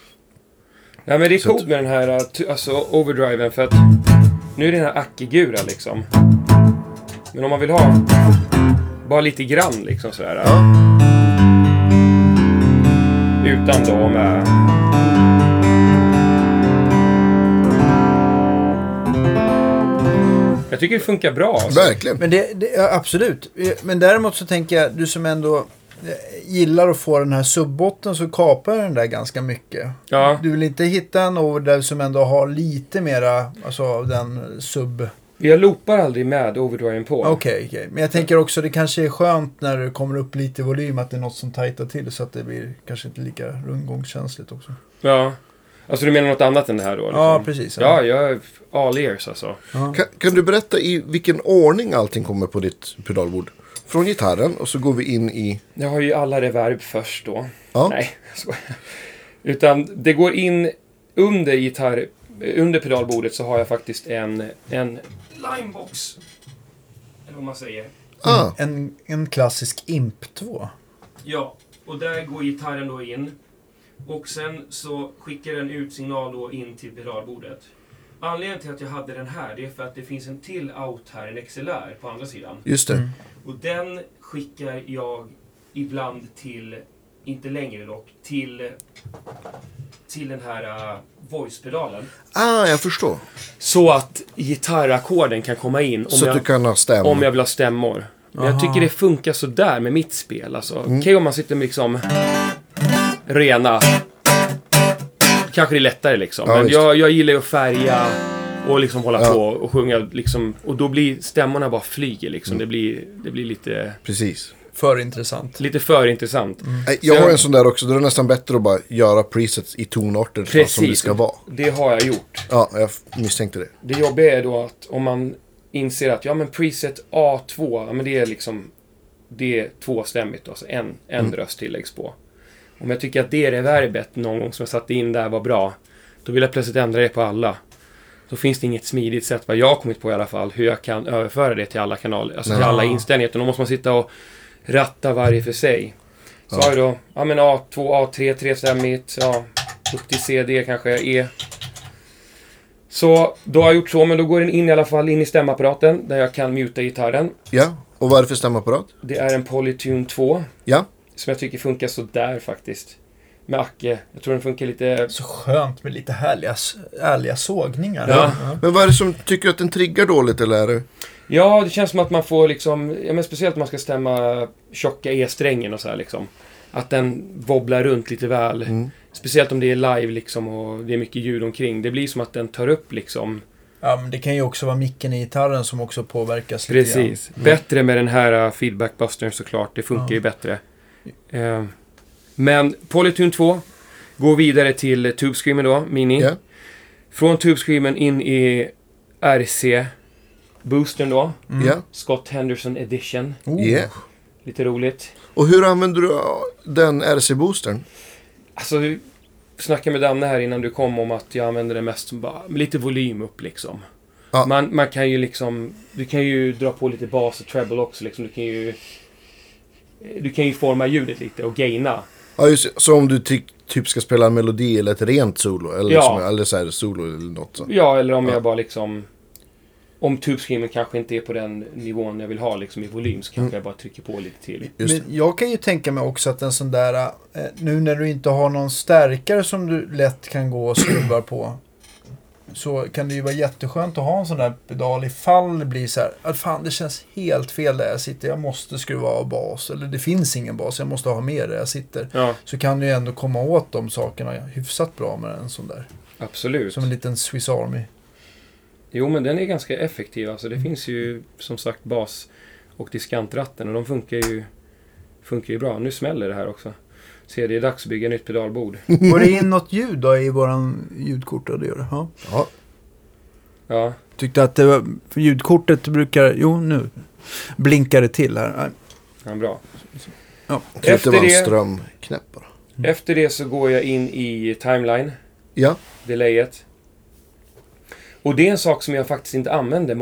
Ja, men det är coolt med den här alltså overdriven, för att nu är det den här Akigura liksom. Men om man vill ha bara lite grann liksom sådär. Utan då med... Jag tycker det funkar bra. Alltså. Verkligen. Men absolut. Men däremot så tänker jag, du som ändå gillar att få den här subbotten, så kapar den där ganska mycket. Ja. Du vill inte hitta en overdrive som ändå har lite mera, alltså av den sub... Jag loopar aldrig med overdriven på. Okej. Men jag tänker också, det kanske är skönt när det kommer upp lite volym att det är något som tajtar till så att det blir kanske inte lika rundgångskänsligt också. Ja. Alltså du menar något annat än det här då? Liksom? Ja, precis. Ja, jag är all ears alltså. Ja. Kan du berätta i vilken ordning allting kommer på ditt pedalbord? Från gitarren och så går vi in i... Jag har ju alla reverb först då. Ja. Nej, jag skojar. Utan det går in under pedalbordet så har jag faktiskt en linebox. Eller vad man säger. En klassisk Imp 2. Ja, och där går gitarren då in. Och sen så skickar den ut signal då in till pedalbordet. Anledningen till att jag hade den här, det är för att det finns en till out här, en XLR på andra sidan. Just det. Och den skickar jag ibland till, inte längre dock, till den här voice-pedalen. Jag förstår. Så att gitarrackorden kan komma in Så att du kan ha stämmor. om jag vill ha stämmor. Men jag tycker det funkar så där med mitt spel. Alltså, okej, om man sitter med liksom rena, kanske det är lättare liksom. Ja, men visst. jag gillar ju att färga och liksom hålla på och sjunga liksom. Och då blir stämmorna bara flyger liksom. Det blir lite... Precis. För intressant. Lite för intressant. Jag har en sån där också. Då är det nästan bättre att bara göra presets i tonarter som det ska vara. Det har jag gjort. Ja, jag misstänkte det. Det jobbiga är då att om man inser att men preset A2, men det är liksom, det är tvåstämmigt, alltså en röst tilläggs på. Om jag tycker att det reverbet någon gång som jag satte in där var bra, då vill jag plötsligt ändra det på alla. Då finns det inget smidigt sätt, vad jag har kommit på i alla fall, hur jag kan överföra det till alla kanaler, alltså till alla inställningar. Då måste man sitta och ratta varje för sig. Så har jag då, A2, A3, trestämmigt, upp till CD kanske, E. Så då har jag gjort så, men då går den in i alla fall in i stämapparaten där jag kan muta gitarren. Ja, och vad är det för stämapparat? Det är en Polytune 2. Ja. Som jag tycker funkar så där faktiskt. Med Acke. Jag tror den funkar lite... Så skönt med lite ärliga sågningar. Ja. Men vad är det som tycker att den triggar dåligt, eller är det? Ja, det känns som att man får liksom... Ja, men speciellt om man ska stämma tjocka E-strängen och så här liksom. Att den wobblar runt lite väl. Speciellt om det är live liksom och det är mycket ljud omkring. Det blir som att den tar upp liksom... Ja, men det kan ju också vara micken i gitarren som också påverkas Precis. lite grann. Bättre med den här feedback-bustern såklart. Det funkar ju bättre. Men Polytune 2 går vidare till Tube Screamer då, Mini. Ja. Från Tube Screamer in i RC-boostern då. Ja. Scott Henderson Edition. Yeah. Lite roligt. Och hur använder du den RC-boostern? Alltså, vi snackade med Danne här innan du kom om att jag använder det mest som bara med lite volym upp liksom. Ja. Man kan ju liksom, du kan ju dra på lite bas och treble också liksom. Du kan ju forma ljudet lite och gaina. Ja, just, så om du typ ska spela en melodi eller ett rent solo eller, eller så här solo eller något så. Ja, eller om jag bara liksom, om Tube Screamer kanske inte är på den nivån jag vill ha liksom i volym, så kanske jag bara trycker på lite till. Men jag kan ju tänka mig också att en sån där, nu när du inte har någon stärkare som du lätt kan gå och skruva på, så kan det ju vara jätteskönt att ha en sån där pedal ifall det blir så här, att fan det känns helt fel där jag sitter, jag måste skruva av bas, eller det finns ingen bas, jag måste ha mer där jag sitter. Ja. Så kan du ju ändå komma åt de sakerna hyfsat bra med en sån där. Absolut. Som en liten Swiss Army. Jo, men den är ganska effektiv. Alltså, det finns ju som sagt bas och diskantratten och de funkar ju bra. Nu smäller det här också. Så det är dags att bygga nytt pedalbord. Går det in något ljud då i våran ljudkort? Det gör det. Ja. Ja. Tyckte att det var, för ljudkortet brukar, nu blinkar det till här. Ja, bra. Ja. Det var en strömknäpp bara. Efter det så går jag in i timeline. Ja. Delayet. Och det är en sak som jag faktiskt inte använde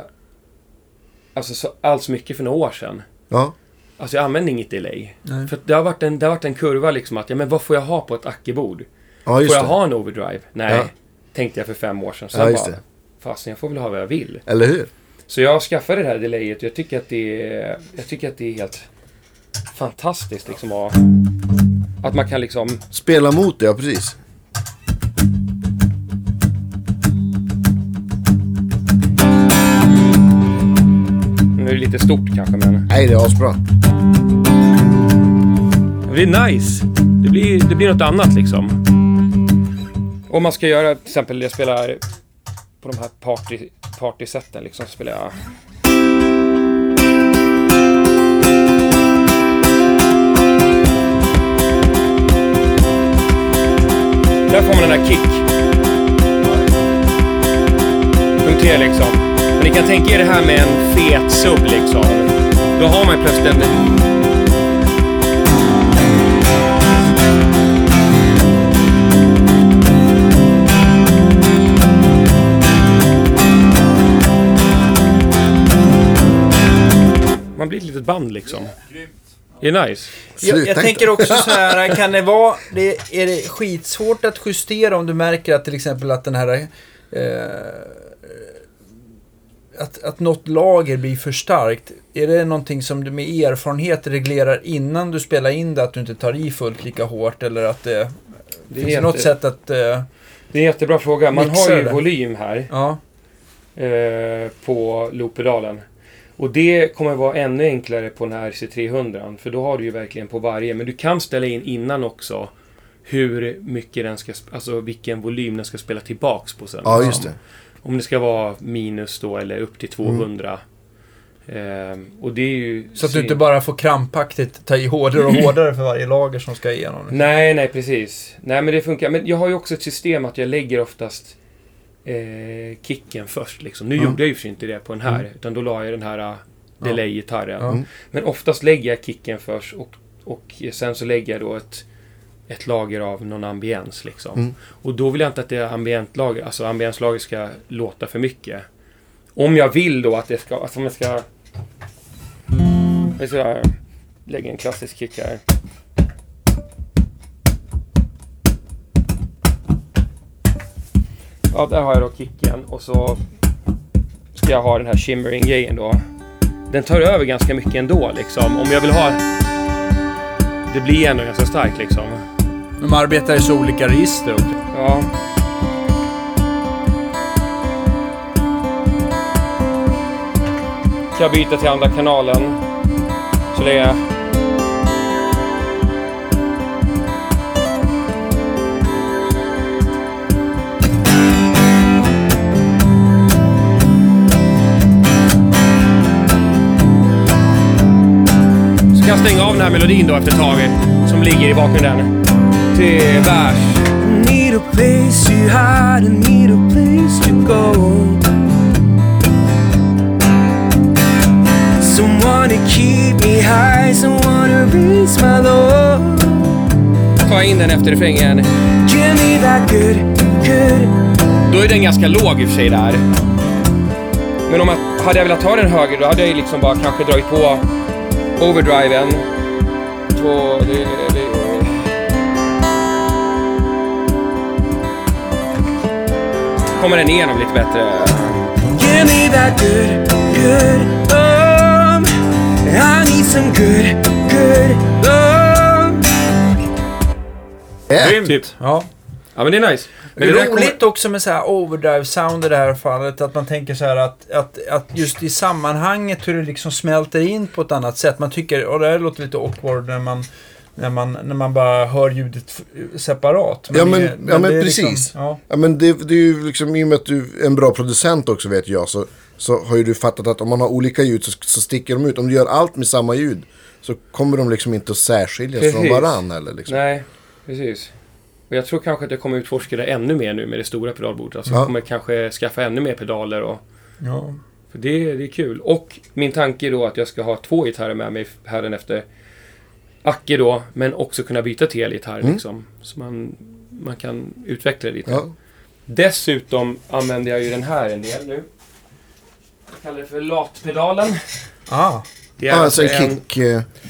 alls mycket för några år sedan. Ja. Alltså jag använde inget delay. Nej. För det har varit en kurva liksom att, men vad får jag ha på ett Acke-bord? Ja, just Får jag det. ha en overdrive? Nej, Ja. tänkte jag för 5 år sedan. Ja, Sen just bara, det. fastän jag får väl ha vad jag vill. Eller hur? Så jag skaffade det här delayet och jag tycker att det är helt fantastiskt liksom att man kan liksom... Spela mot det, ja precis. Nu är det lite stort kanske, men... Nej, det är asbra. Det är nice. Det blir något annat liksom. Om man ska göra, till exempel jag spelar på de här partysätten liksom, så spelar jag... Där får man den här kick. Funkar liksom. Men ni kan tänka er det här med en fet sub liksom. Då har man plötsligt en... Man blir ett litet band liksom. Det är nice. Jag tänker också så här, är det skitsvårt att justera om du märker att till exempel att den här att något lager blir för starkt, är det någonting som du med erfarenhet reglerar innan du spelar in det, att du inte tar i fullt lika hårt, eller att det finns något sätt att det är en jättebra fråga. Man har ju det. volym här Ja. på looppedalen. Och det kommer vara ännu enklare på den här RC300, för då har du ju verkligen på varje. Men du kan ställa in innan också hur mycket den ska, alltså vilken volym den ska spela tillbaks på sen. Ja, just det. Om det ska vara minus då eller upp till 200. Och det är ju... Så att du inte bara får krampaktigt ta i hårdare och hårdare för varje lager som ska igenom. Nej, precis. Nej, men det funkar. Men jag har ju också ett system att jag lägger oftast kicken först. Liksom. Nu gjorde jag ju för inte det på den här. Utan då la jag den här delay-gitarren. Men oftast lägger jag kicken först. Och sen så lägger jag då ett lager av någon ambiens. Liksom. Och då vill jag inte att det ambientlager, alltså ambienslager ska låta för mycket. Om jag vill då att det ska... Alltså om jag ska lägga en klassisk kick här. Ja, där har jag då kicken. Och så ska jag ha den här shimmering-grejen då. Den tar över ganska mycket ändå liksom. Om jag vill ha... Det blir ändå ganska starkt liksom. De arbetar i så olika register också. Ja. Kan jag byta till andra kanalen. Så det är... Så kan jag stänga av den här melodin då efter ett tag. Som ligger i bakgrunden. Till vers. Need a place to hide, I need a place to go. Someone to keep me high, someone to raise my load. Tar jag in den efter refrängen. Give me that good, good. Då är den ganska låg i och för sig där. Men om hade jag velat ta den högre, då hade jag liksom bara kanske dragit på overdriven. Kommer den igenom lite bättre. Give me that good, good. I need some good, good love. Grymt. Typ. Ja. Ja, men det är nice. Men Det det är där roligt också med så här overdrive sound i det här fallet, att man tänker så här att just i sammanhanget hur det liksom smälter in på ett annat sätt. Man tycker, och det här låter lite awkward när man bara hör ljudet separat. Men men det är precis. Liksom, ja, men det är ju liksom, i och med att du är en bra producent också, vet jag, så har ju du fattat att om man har olika ljud så sticker de ut. Om du gör allt med samma ljud så kommer de liksom inte att särskiljas från varann eller liksom. Nej, precis. Och jag tror kanske att jag kommer utforska det ännu mer nu med det stora pedalbordet. Alltså jag kommer kanske skaffa ännu mer pedaler. För det är kul. Och min tanke är då att jag ska ha 2 gitarrer med mig efter Acke då. Men också kunna byta till elgitarr liksom. Så man kan utveckla det lite. Ja. Dessutom använder jag ju den här en del nu. Jag kallar det för latpedalen. Det är alltså en kick.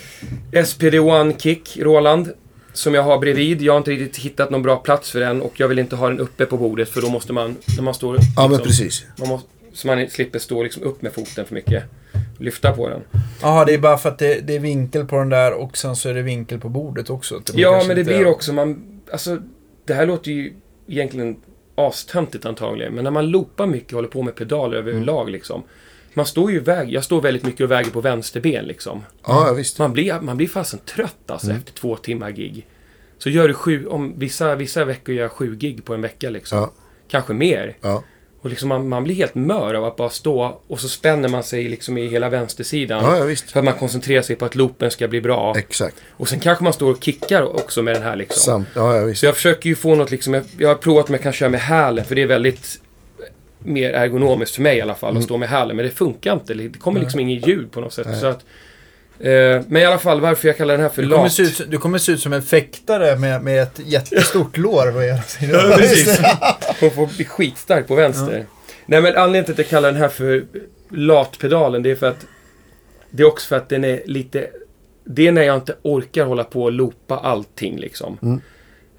SPD-1 Kick Roland. Som jag har bredvid. Jag har inte riktigt hittat någon bra plats för den. Och jag vill inte ha den uppe på bordet. För då måste man, när man står... Liksom, Ja, men precis. Så man slipper stå liksom upp med foten för mycket. Lyfta på den. Jaha, det är bara för att det är vinkel på den där. Och sen så är det vinkel på bordet också. Ja, men det blir också... Alltså, det här låter ju egentligen astöntigt antagligen. Men när man loopar mycket och håller på med pedaler överlag liksom. Man står ju jag står väldigt mycket och väger på vänsterben liksom. Ja, visst. Man blir fasen trött alltså efter 2 timmar gig. Så gör du 7, om vissa veckor gör jag 7 gig på en vecka liksom. Ja. Kanske mer. Ja. Och liksom man blir helt mör av att bara stå och så spänner man sig liksom i hela vänstersidan. Ja, visst. För att man koncentrerar sig på att loopen ska bli bra. Exakt. Och sen kanske man står och kickar också med den här liksom. Ja, visst. Så jag försöker ju få något liksom, jag har provat om jag kan köra med hälen, för det är väldigt mer ergonomiskt för mig i alla fall att stå med hälen, men det funkar inte. Det kommer liksom ingen ljud på något sätt. Så att, men i alla fall, varför jag kallar den här för lat. Du kommer se ut som en fäktare med ett jättestort lår på ena sidan. Ja, precis. Hon får bli skitstark på vänster. Ja. Nej, men anledningen till att jag kallar den här för latpedalen, det är för att det är också för att den är lite, det är när jag inte orkar hålla på och loopa allting liksom.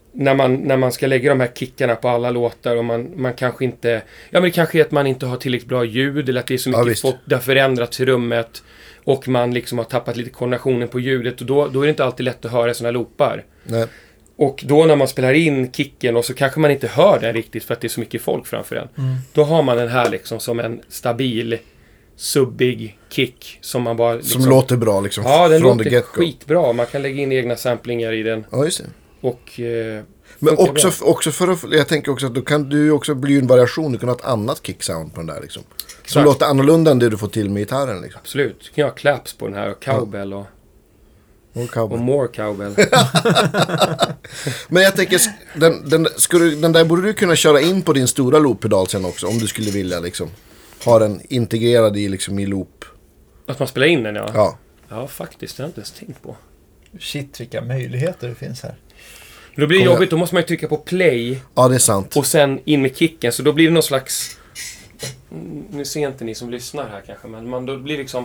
när man ska lägga de här kickarna på alla låtar och man kanske inte... Ja, men det kanske är att man inte har tillräckligt bra ljud eller att det är så mycket det har förändrats i rummet och man liksom har tappat lite koordinationen på ljudet och då är det inte alltid lätt att höra såna loopar. Nej. Och då när man spelar in kicken och så kanske man inte hör den riktigt för att det är så mycket folk framför den. Då har man den här liksom som en stabil subbig kick som man bara... Liksom, som låter bra liksom. Ja, den låter skitbra. Man kan lägga in egna samplingar i den. Ja, just det. Och... men också för att... Jag tänker också att då kan du också bli en variation. Du kan ha ett annat kicksound på den där liksom. Exakt. Som låter annorlunda än det du får till med gitarren liksom. Absolut. Du kan ha claps på den här och cowbell och... Och more cowbell. Men jag tänker, den där borde du kunna köra in på din stora looppedal sen också. Om du skulle vilja liksom ha den integrerad i, liksom, i loop. Att man spelar in den, ja. Ja. Ja, faktiskt. Det har jag inte ens tänkt på. Shit, vilka möjligheter det finns här. Då blir det jobbigt. Då måste man ju trycka på play. Ja, det är sant. Och sen in med kicken. Så då blir det någon slags... Nu ser inte ni som lyssnar här kanske. Men då blir det liksom...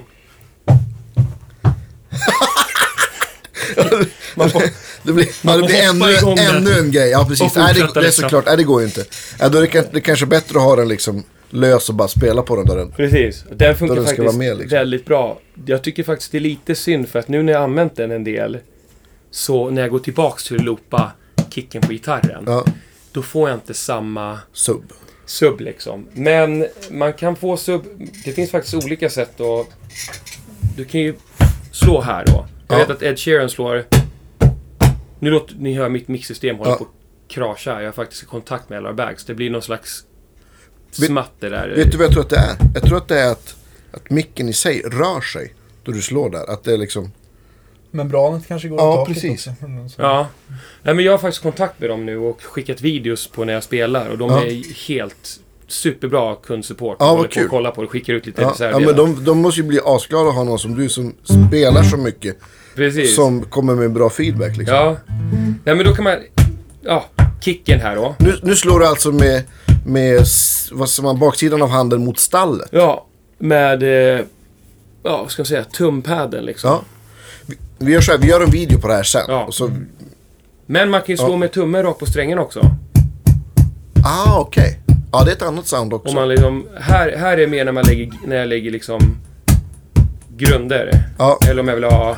det blir ännu en grej. Ja, precis. Nej, det är såklart. Nej, det går ju inte. Ja, då är det kanske bättre att ha den liksom lös och bara spela på den där. Precis. Den funkar den faktiskt med, liksom. väldigt bra. Jag tycker faktiskt det är lite synd för att nu när jag använt den en del så när jag går tillbaks till att loopa kicken på gitarren då får jag inte samma sub liksom. Men man kan få sub. Det finns faktiskt olika sätt och du kan ju slå här då. Jag vet att Ed Sheeran slår. Nu låter ni hör mitt mixsystem håller på att krascha. Jag har faktiskt i kontakt med LR Bags. Det blir någon slags smatter där. Vet du vad jag tror att det är? Jag tror att det är att micken i sig rör sig då du slår där. Att det är liksom... Membranet kanske går åt taket precis. Också. Ja, nej, men jag har faktiskt kontakt med dem nu och skickat videos på när jag spelar. Och de är helt superbra kundsupport. Ja, vad kul. Kolla på det, skickar ut lite reservdelar. Ja, men de måste ju bli asglada att ha någon som du som spelar så mycket. Precis. Som kommer med bra feedback liksom. Ja, nej, men då kan man... Ja, kicken här då. Nu slår du alltså med vad som man baksidan av handen mot stallet. Ja, med vad ska jag säga, tumpadden liksom. Ja. Vi gör så här, vi gör en video på det här sen. Ja. Och så... Men man kan ju slå med tummen rakt på strängen också. Okej. Ja, det är ett annat sound också. Om man liksom, här är mer när jag lägger liksom grunder. Ja. Eller om jag vill ha...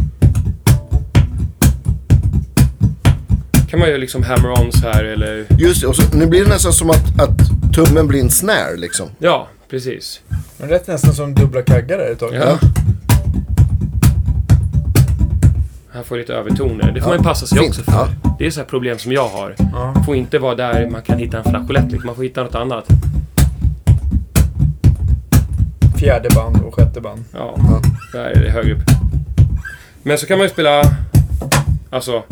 Kan man ju liksom hammer-ons här eller... Just det, och så, nu blir det nästan som att tummen blir en snare liksom. Ja, precis. Men det är nästan som dubbla kaggar där ett tag. Ja. Här får lite övertoner. Det får man passa sig också för. Ja. Det är så här problem som jag har. Ja. Får inte vara där man kan hitta en flageolett. Liksom. Man får hitta något annat. Fjärde band och sjätte band. Ja, där är det högre upp. Men så kan man ju spela... Alltså...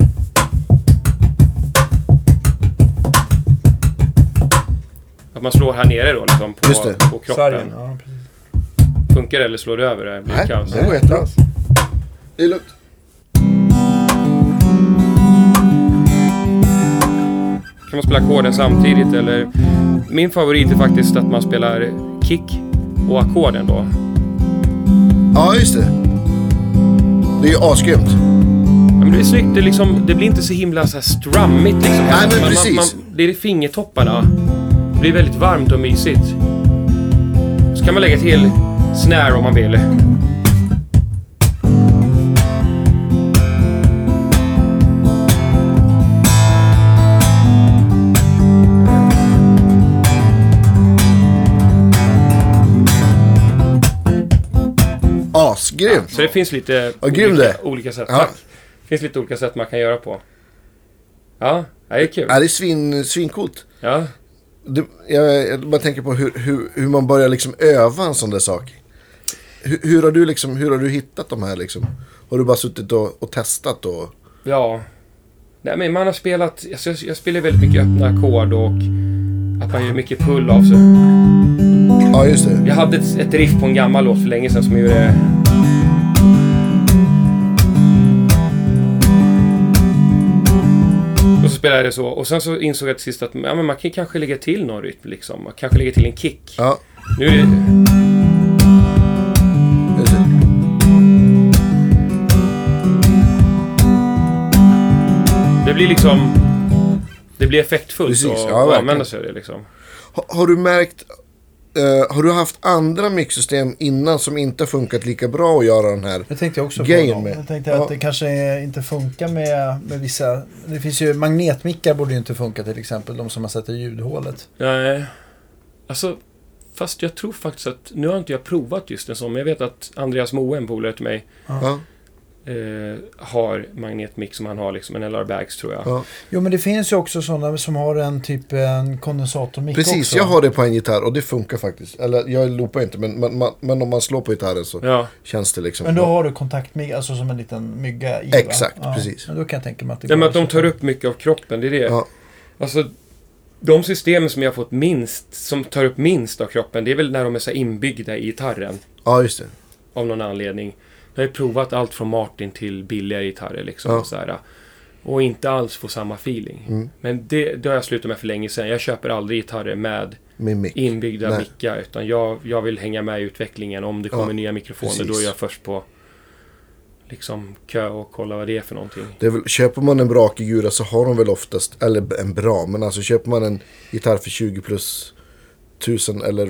Att man slår här nere då liksom på kroppen. Sargen, ja, precis. Funkar det eller slår det över det? Blir Nej, kaos. det går jättebra. Det är lugnt. Kan man spela ackorden samtidigt eller... Min favorit är faktiskt att man spelar kick och ackorden då. Ja, just det. Det är ju asgrymt. Ja, men det är snyggt. Det blir inte så himla så här strummigt liksom. Nej, men precis. Det är fingertopparna. Det blir väldigt varmt och mysigt. Så kan man lägga till snare om man vill. Asgrymt. Ja, så det finns lite olika sätt. Ja. Det finns lite olika sätt man kan göra på. Ja, det är kul. Ja, det är svincoolt. Ja. Jag bara tänker på hur man börjar liksom öva en sån där sak. Hur har du hittat de här liksom? Har du bara suttit och testat och... Ja. Nej, men man har spelat... Jag spelar väldigt mycket öppna ackord och att man gör mycket pull av sig. Ja, just det. Jag hade ett riff på en gammal låt för länge sedan som gjorde... Och så spelade jag det så. Och sen så insåg jag till sist att men man kan kanske lägga till någon rytm liksom. Man kanske lägga till en kick. Ja. Nu är det... Just det. Det blir liksom... Det blir effektfullt Precis, att ja, verkligen. använda sig av det liksom. Har du märkt, har du haft andra mixsystem innan som inte har funkat lika bra att göra den här Det tänkte jag också grejen på. med? Jag tänkte att det kanske inte funkar med vissa... Det finns ju magnetmickar borde ju inte funka till exempel. De som har satt i ljudhålet. Nej, alltså fast jag tror faktiskt att, nu har inte jag provat just en sån, men jag vet att Andreas Moe, en polare till mig, Ja. har magnetmix som han har liksom en LR Bags tror jag. Ja. Jo, men det finns ju också sådana som har en kondensatormick också. Precis, jag har det på en gitarr och det funkar faktiskt. Eller jag loopar inte, men om man slår på gitarren så Ja, känns det liksom... Men då har du kontaktmygg, alltså som en liten mygga i, Exakt, va? precis. Men då kan jag tänka mig att det ja men går att de så. tar upp mycket av kroppen, det är det. Ja. Alltså, de systemen som jag har fått minst, som tar upp minst av kroppen, det är väl när de är så inbyggda i gitarren. Ja, just det. Av någon anledning. Jag har ju provat allt från Martin till billigare gitarrer liksom. Ja. Och, så här, och inte alls få samma feeling. Men det har jag slutat med för länge sedan. Jag köper aldrig gitarrer med Med mick. inbyggda Nej. mickar. Utan jag vill hänga med i utvecklingen. Om det kommer nya mikrofoner, precis. då är jag först på liksom kö och kolla vad det är för någonting. Det är väl, köper man en bra Akigura så har de väl oftast, eller en bra, men alltså köper man en gitarr för 20 plus 1000 eller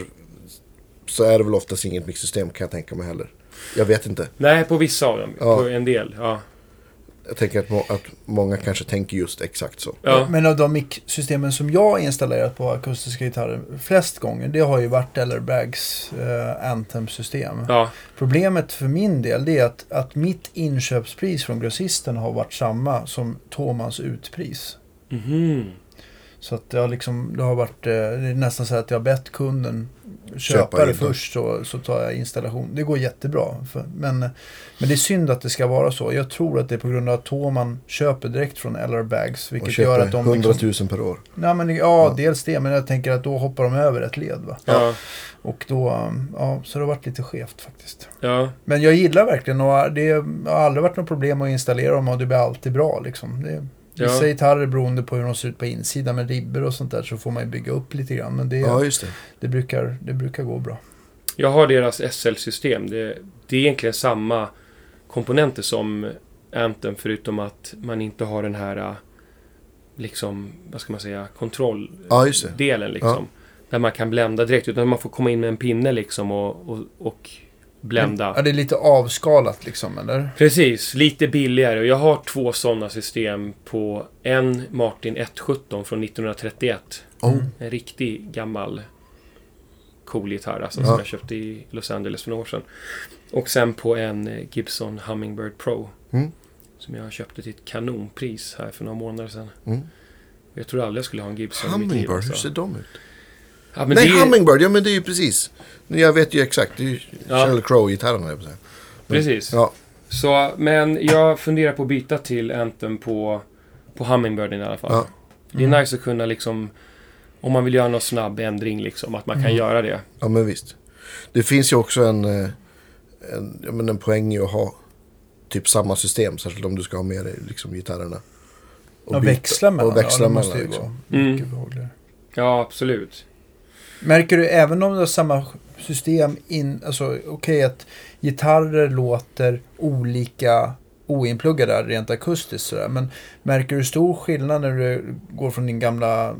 så är det väl oftast inget mixsystem kan jag tänka mig heller. Jag vet inte. Nej, på vissa av dem. Ja. På en del, ja. Jag tänker att många kanske tänker just exakt så. Ja. Men av de mic-systemen som jag har installerat på akustiska gitarrer flest gånger, det har ju varit LR Bags Anthem-system. Ja. Problemet för min del det är att mitt inköpspris från grossisten har varit samma som Thomans utpris. Mhm. Så att det har varit det är nästan så att jag har bett kunden köpa det in först så tar jag installation. Det går jättebra. Men det är synd att det ska vara så. Jag tror att det är på grund av att Thoman köper direkt från LR Bags. Och Vilket gör att köper de 100 000 per år. Nej, men, dels det. Men jag tänker att då hoppar de över ett led. Va? Ja. Och då, så det har varit lite skevt faktiskt. Ja. Men jag gillar verkligen och det har aldrig varit något problem att installera dem och det blir alltid bra liksom. Vissa gitarrer beroende på hur de ser ut på insidan med ribbor och sånt där så får man ju bygga upp lite grann. Men Ja, just det. det brukar gå bra. Jag har deras SL-system. Det är egentligen samma komponenter som Anthem förutom att man inte har den här liksom, vad ska man säga, kontrolldelen liksom. Där man kan blända direkt utan man får komma in med en pinne liksom och blända. Ja, det är lite avskalat liksom, eller? Precis, lite billigare. Och jag har 2 sådana system på en Martin 117 från 1931. En riktig gammal cool gitarr alltså, som jag köpte i Los Angeles för några år sedan. Och sen på en Gibson Hummingbird Pro. Som jag köpte till ett kanonpris här för några månader sedan. Jag tror aldrig jag skulle ha en Gibson i mitt liv. Hummingbird, Alltså. hur ser de ut? Ja, men Nej, det är... Hummingbird, ja men det är ju precis. Jag vet ju exakt, det är ju Sheryl Crow-gitarren här på sig. Precis. Ja. Så, men jag funderar på att byta till Anthem på Hummingbirden i alla fall. Ja. Det är nice att kunna liksom, om man vill göra någon snabb ändring liksom, att man kan göra det. Ja, men visst. Det finns ju också en poäng i att ha typ samma system, särskilt om du ska ha med dig liksom gitarrerna. Och växla mellan. Och växla det mellan måste ju liksom. vara mycket behagligare. Ja, absolut. Märker du även om du har samma system alltså okej att gitarrer låter olika oinpluggade rent akustiskt sådär, men märker du stor skillnad när du går från din gamla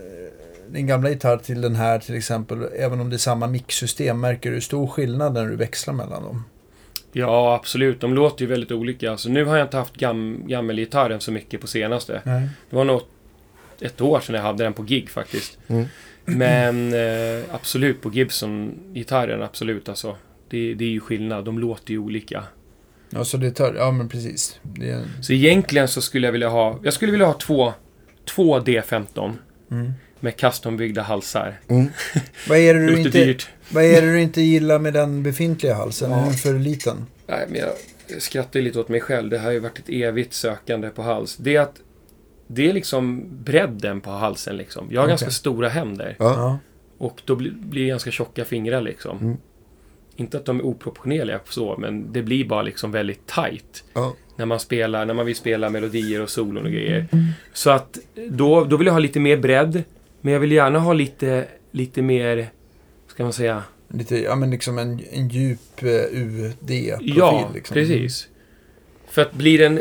gitarr till den här till exempel, även om det är samma mixsystem, märker du stor skillnad när du växlar mellan dem? Ja, absolut. De låter ju väldigt olika. Alltså, nu har jag inte haft gammelgitarren så mycket på senaste. Nej. Det var nog 1 år sedan jag hade den på gig faktiskt. Men absolut på Gibson-gitarren, absolut alltså. Det är ju skillnad. De låter ju olika. Ja, så det tar, ja men precis. Så egentligen så skulle jag vilja ha två D15 med custombyggda halsar. Vad är det Låter dyrt. vad är det du inte gillar med den befintliga halsen? Är den för liten? Nej, men jag skrattar lite åt mig själv. Det har ju varit ett evigt sökande på hals. Det är liksom bredden på halsen liksom. Jag har ganska stora händer. Ja. Och då blir det ganska tjocka fingrar liksom. Inte att de är oproportionerliga så, men det blir bara liksom väldigt tight. När man vill spela melodier och solon och grejer. Så att då vill jag ha lite mer bredd, men jag vill gärna ha lite mer, ska man säga, Lite, ja men liksom en djup UD-profil. ja, liksom. precis. För att blir den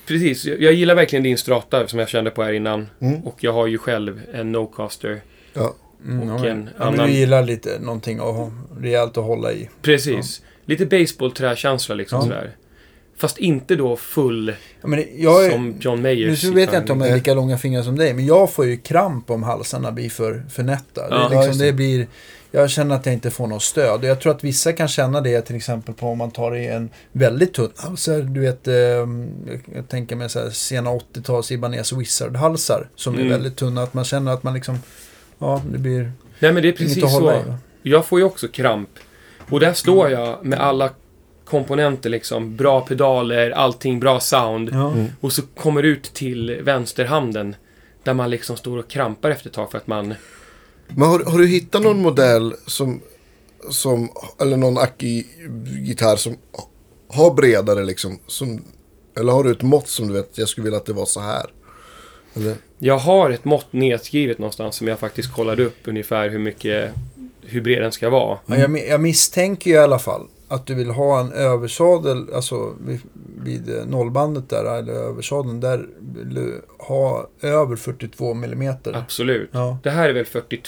precis. Jag gillar verkligen din strata som jag kände på här innan. Och jag har ju själv en Nocaster. Ja. Och en men annan... du gillar lite någonting rejält att hålla i. Precis. Lite baseball-träkänsla liksom sådär. Fast inte då full som John Mayers. Nu vet jag inte om jag har lika långa fingrar som dig, men jag får ju kramp om halsarna blir för nätta. Ja. Det blir, jag känner att jag inte får något stöd. Och jag tror att vissa kan känna det till exempel på om man tar i en väldigt tunn halsar. Du vet, jag tänker mig så här sena 80-tals Ibanez Wizard-halsar som är väldigt tunna. Att man känner att man liksom, det blir... Nej, men det är precis så. Jag får ju också kramp. Och där står jag med alla komponenter liksom, bra pedaler, allting bra sound. Och så kommer ut till vänsterhanden där man liksom står och krampar efter ett tag för att man... Men har du hittat någon modell som eller någon Aki-gitarr som har bredare liksom, eller har du ett mått som du vet, jag skulle vilja att det var så här? Eller? Jag har ett mått nedskrivet någonstans som jag faktiskt kollade upp ungefär hur bred den ska vara. Jag misstänker ju i alla fall att du vill ha en översadel, alltså vid nollbandet där, eller översadeln, där vill du ha över 42 mm. Absolut. Ja. Det här är väl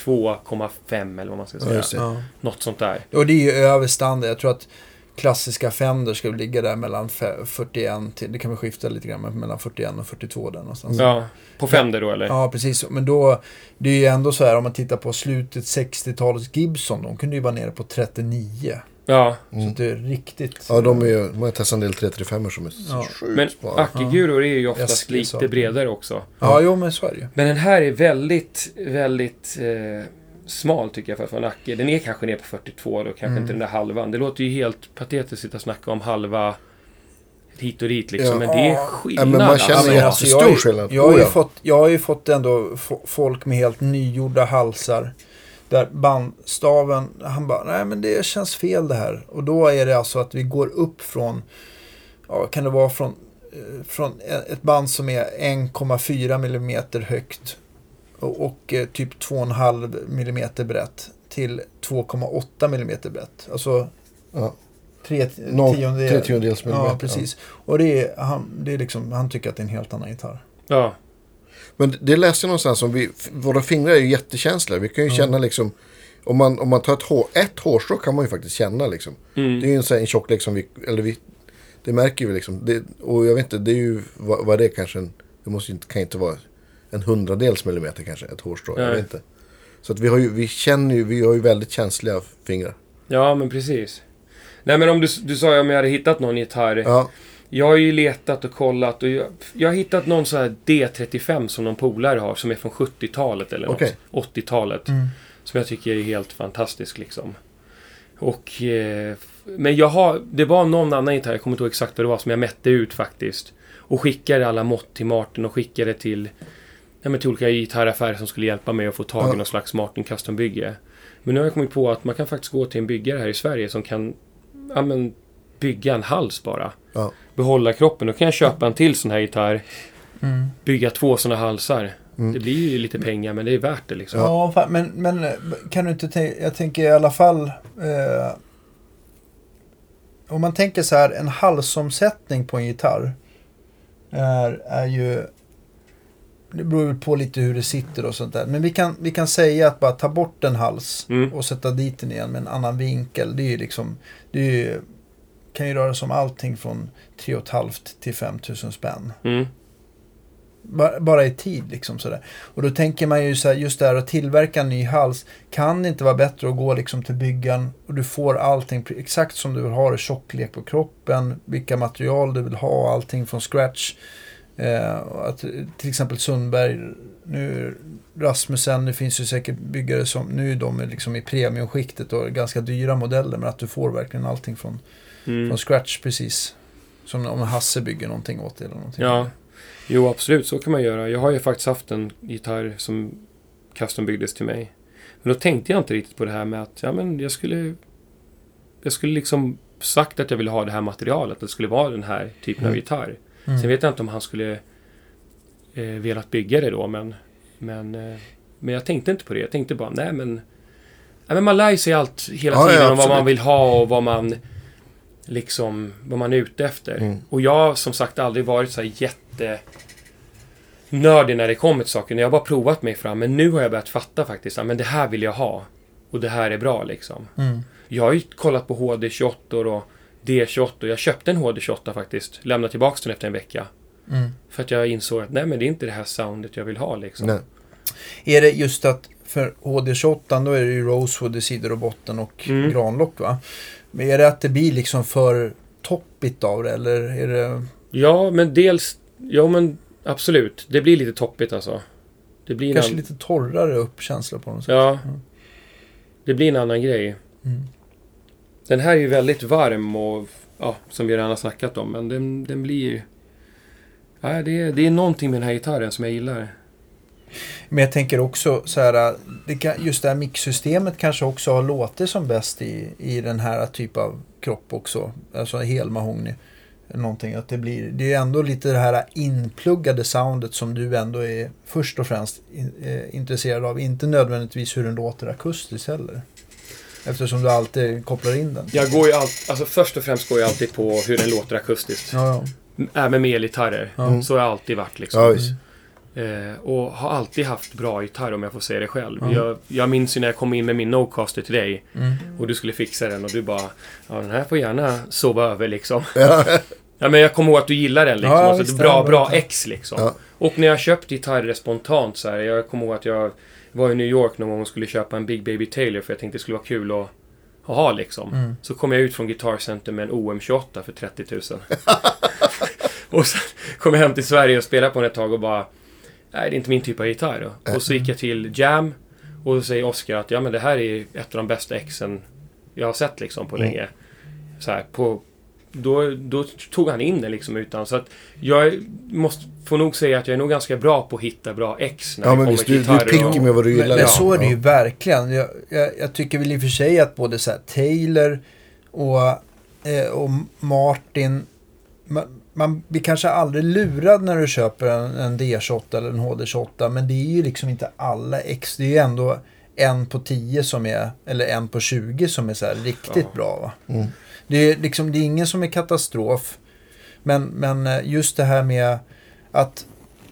42,5 eller vad man ska säga. Något sånt där. Och det är ju över standard. Jag tror att klassiska Fender ska ligga där mellan 41 till, det kan vi skifta lite grann, men mellan 41 och 42 där någonstans. Ja, på Fender då eller? Ja, precis. Men då, det är ju ändå så här, om man tittar på slutet 60-talets Gibson, de kunde ju vara nere på 39. Ja. Så det är riktigt... Ja, de har testat en del 335 som är sjukt. Men Aki-guror är ju oftast lite bredare också. Ja, jo, men så är det ju. Men den här är väldigt, väldigt smal tycker jag för att vara en Aki. Den är kanske ner på 42 då, kanske inte den där halvan. Det låter ju helt patetiskt att snacka om halva hit och dit liksom. Men det är skillnad. Men man känner jättestor skillnad. Jag har ju fått ändå folk med helt nygjorda halsar. Där bandstaven, han bara, nej men det känns fel det här. Och då är det alltså att vi går upp från, kan det vara från ett band som är 1,4 mm högt och typ 2,5 mm brett till 2,8 mm brett. Alltså 3 tiondels millimeter. Ja, precis. Och det är liksom, han tycker att det är en helt annan gitarr. Ja. Men det läste jag någonstans om våra fingrar är ju jättekänsliga. Vi kan ju känna liksom, om man tar ett hårstrå kan man ju faktiskt känna liksom. Det är ju en tjocklek som det märker vi liksom. Och jag vet inte, det är ju, vad det är kanske, kan inte vara en 100-dels millimeter kanske, ett hårstrå. Jag vet inte. Så att vi har ju väldigt känsliga fingrar. Ja, men precis. Nej, men om du sa om jag hade hittat någon gitarr. Ja. Jag har ju letat och kollat och jag har hittat någon så här D35 som någon polare har som är från 70-talet eller något, 80-talet. Som jag tycker är helt fantastisk liksom. Och men det var någon annan gitarr, jag kommer inte ihåg exakt vad det var, som jag mätte ut faktiskt. Och skickade alla mått till Martin och skickade till olika gitarraffärer som skulle hjälpa mig att få tag i någon slags Martin Custom-bygge. Men nu har jag kommit på att man kan faktiskt gå till en byggare här i Sverige som kan bygga en hals bara. Ja. Behålla kroppen. Då kan jag köpa en till sån här gitarr. Bygga 2 såna halsar. Det blir ju lite pengar, men det är värt det liksom. Ja, men kan du inte jag tänker i alla fall om man tänker så här, en halsomsättning på en gitarr är ju, det beror på lite hur det sitter och sånt där. Men vi kan säga att bara ta bort en hals och sätta dit den igen med en annan vinkel. Det är ju liksom, kan ju röra sig om allting från 3 500 till 5 000 spänn. Bara i tid liksom sådär. Och då tänker man ju så här, just det här att tillverka en ny hals, kan det inte vara bättre att gå liksom till byggan och du får allting exakt som du vill ha det, tjocklek på kroppen, vilka material du vill ha, allting från scratch. Att till exempel Sundberg, nu Rasmussen, det finns ju säkert byggare som nu är de liksom i premiumskiktet och ganska dyra modeller, men att du får verkligen allting från scratch, precis som om Hasse bygger någonting åt det eller någonting. Ja, jo absolut, så kan man göra. Jag har ju faktiskt haft en gitarr som custom byggdes till mig, men då tänkte jag inte riktigt på det här med att jag skulle liksom sagt att jag ville ha det här materialet, att det skulle vara den här typen av gitarr. Sen vet jag inte om han skulle velat bygga det då, men jag tänkte inte på det. Jag tänkte bara, nej men man lär sig allt hela tiden om vad man vill ha och vad man är ute efter. Och jag har som sagt aldrig varit så här nördig när det kommer till saker. När jag bara provat mig fram. Men nu har jag börjat fatta faktiskt. Men det här vill jag ha. Och det här är bra liksom. Jag har ju kollat på HD28 och D28. Jag köpte en HD28 faktiskt. Lämnade tillbaka den efter en vecka. För att jag insåg att nej, men det är inte det här soundet jag vill ha liksom. Nej. Är det just att för HD28 då är det ju Rosewood i sidor och botten och granlock, va? Men är det att det blir liksom för toppigt av det, eller är det... Ja, men men absolut. Det blir lite toppigt alltså. Det blir kanske lite torrare uppkänsla på något sätt. Ja. Det blir en annan grej. Den här är ju väldigt varm och som vi redan har snackat om, men den blir... Ja, det är någonting med den här gitarren som jag gillar. Men jag tänker också så här, just det här mixsystemet kanske också har låtit som bäst i den här typen av kropp också. Alltså helmahogny. Någonting att det är ändå lite det här inpluggade soundet som du ändå är först och främst intresserad av. Inte nödvändigtvis hur den låter akustiskt heller. Eftersom du alltid kopplar in den. Jag går ju först och främst går jag alltid på hur den låter akustiskt. Ja. Även med elgitarrer. Så har jag alltid varit liksom. Ja, visst. Och har alltid haft bra gitarr, om jag får säga det själv. Jag minns ju när jag kom in med min Nocaster till dig och du skulle fixa den och du bara, den här får gärna sova över liksom. Ja, men jag kommer ihåg att du gillar den liksom. Alltså, visst, bra X liksom. Och när jag köpte gitarrer spontant så här, jag kommer ihåg att jag var i New York någon gång och skulle köpa en Big Baby Taylor för jag tänkte det skulle vara kul att ha liksom. Så kom jag ut från Guitar Center med en OM28 för 30 000. Och sen kom jag hem till Sverige och spelade på den ett tag och bara, nej, det är inte min typ av gitarr då. Och så gick jag till Jam och då säger Oscar att men det här är ett av de bästa Xen jag har sett liksom på länge. Så här, då tog han in det liksom utan, så att jag får nog säga att jag är nog ganska bra på att hitta bra X när det kommer till gitarrer. Du picker med vad du gillar. Men så är det ju verkligen. Jag tycker väl i och för sig att både så här Taylor och Martin, man blir kanske aldrig lurad när du köper en D28 eller en HD28, men det är ju liksom inte alla X. Det är ju ändå en på 10 som är, eller en på 20 som är så här riktigt bra, va? Det är ingen som är katastrof, men just det här med att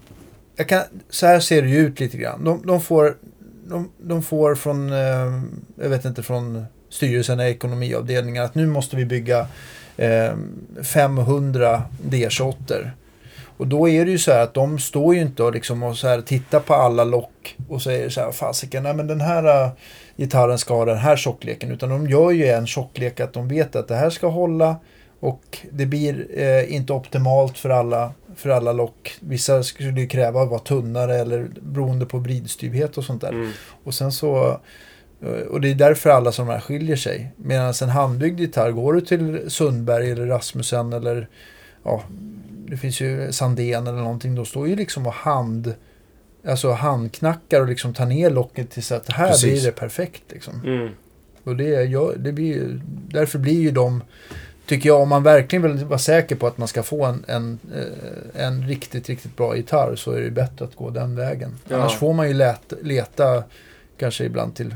så här ser det ju ut lite grann. De får från jag vet inte, från styrelsen i ekonomiavdelningen att nu måste vi bygga 500 D28. Och då är det ju så här att de står ju inte och så här tittar på alla lock och säger så här, fasiken, nej men den här gitarren ska ha den här tjockleken, utan de gör ju en tjocklek att de vet att det här ska hålla och det blir inte optimalt för alla lock. Vissa skulle ju kräva att vara tunnare eller beroende på vridstyvhet och sånt där. Och sen så, och det är därför alla som här skiljer sig. Medan en handbyggd gitarr, går du till Sundberg eller Rasmussen eller det finns ju Sandén eller någonting, då står ju liksom och handknackar och liksom tar ner locket till så att här blir det perfekt liksom. Och det blir ju, därför blir ju de, tycker jag, om man verkligen vill vara säker på att man ska få en riktigt, riktigt bra gitarr, så är det bättre att gå den vägen. Annars får man ju leta kanske ibland till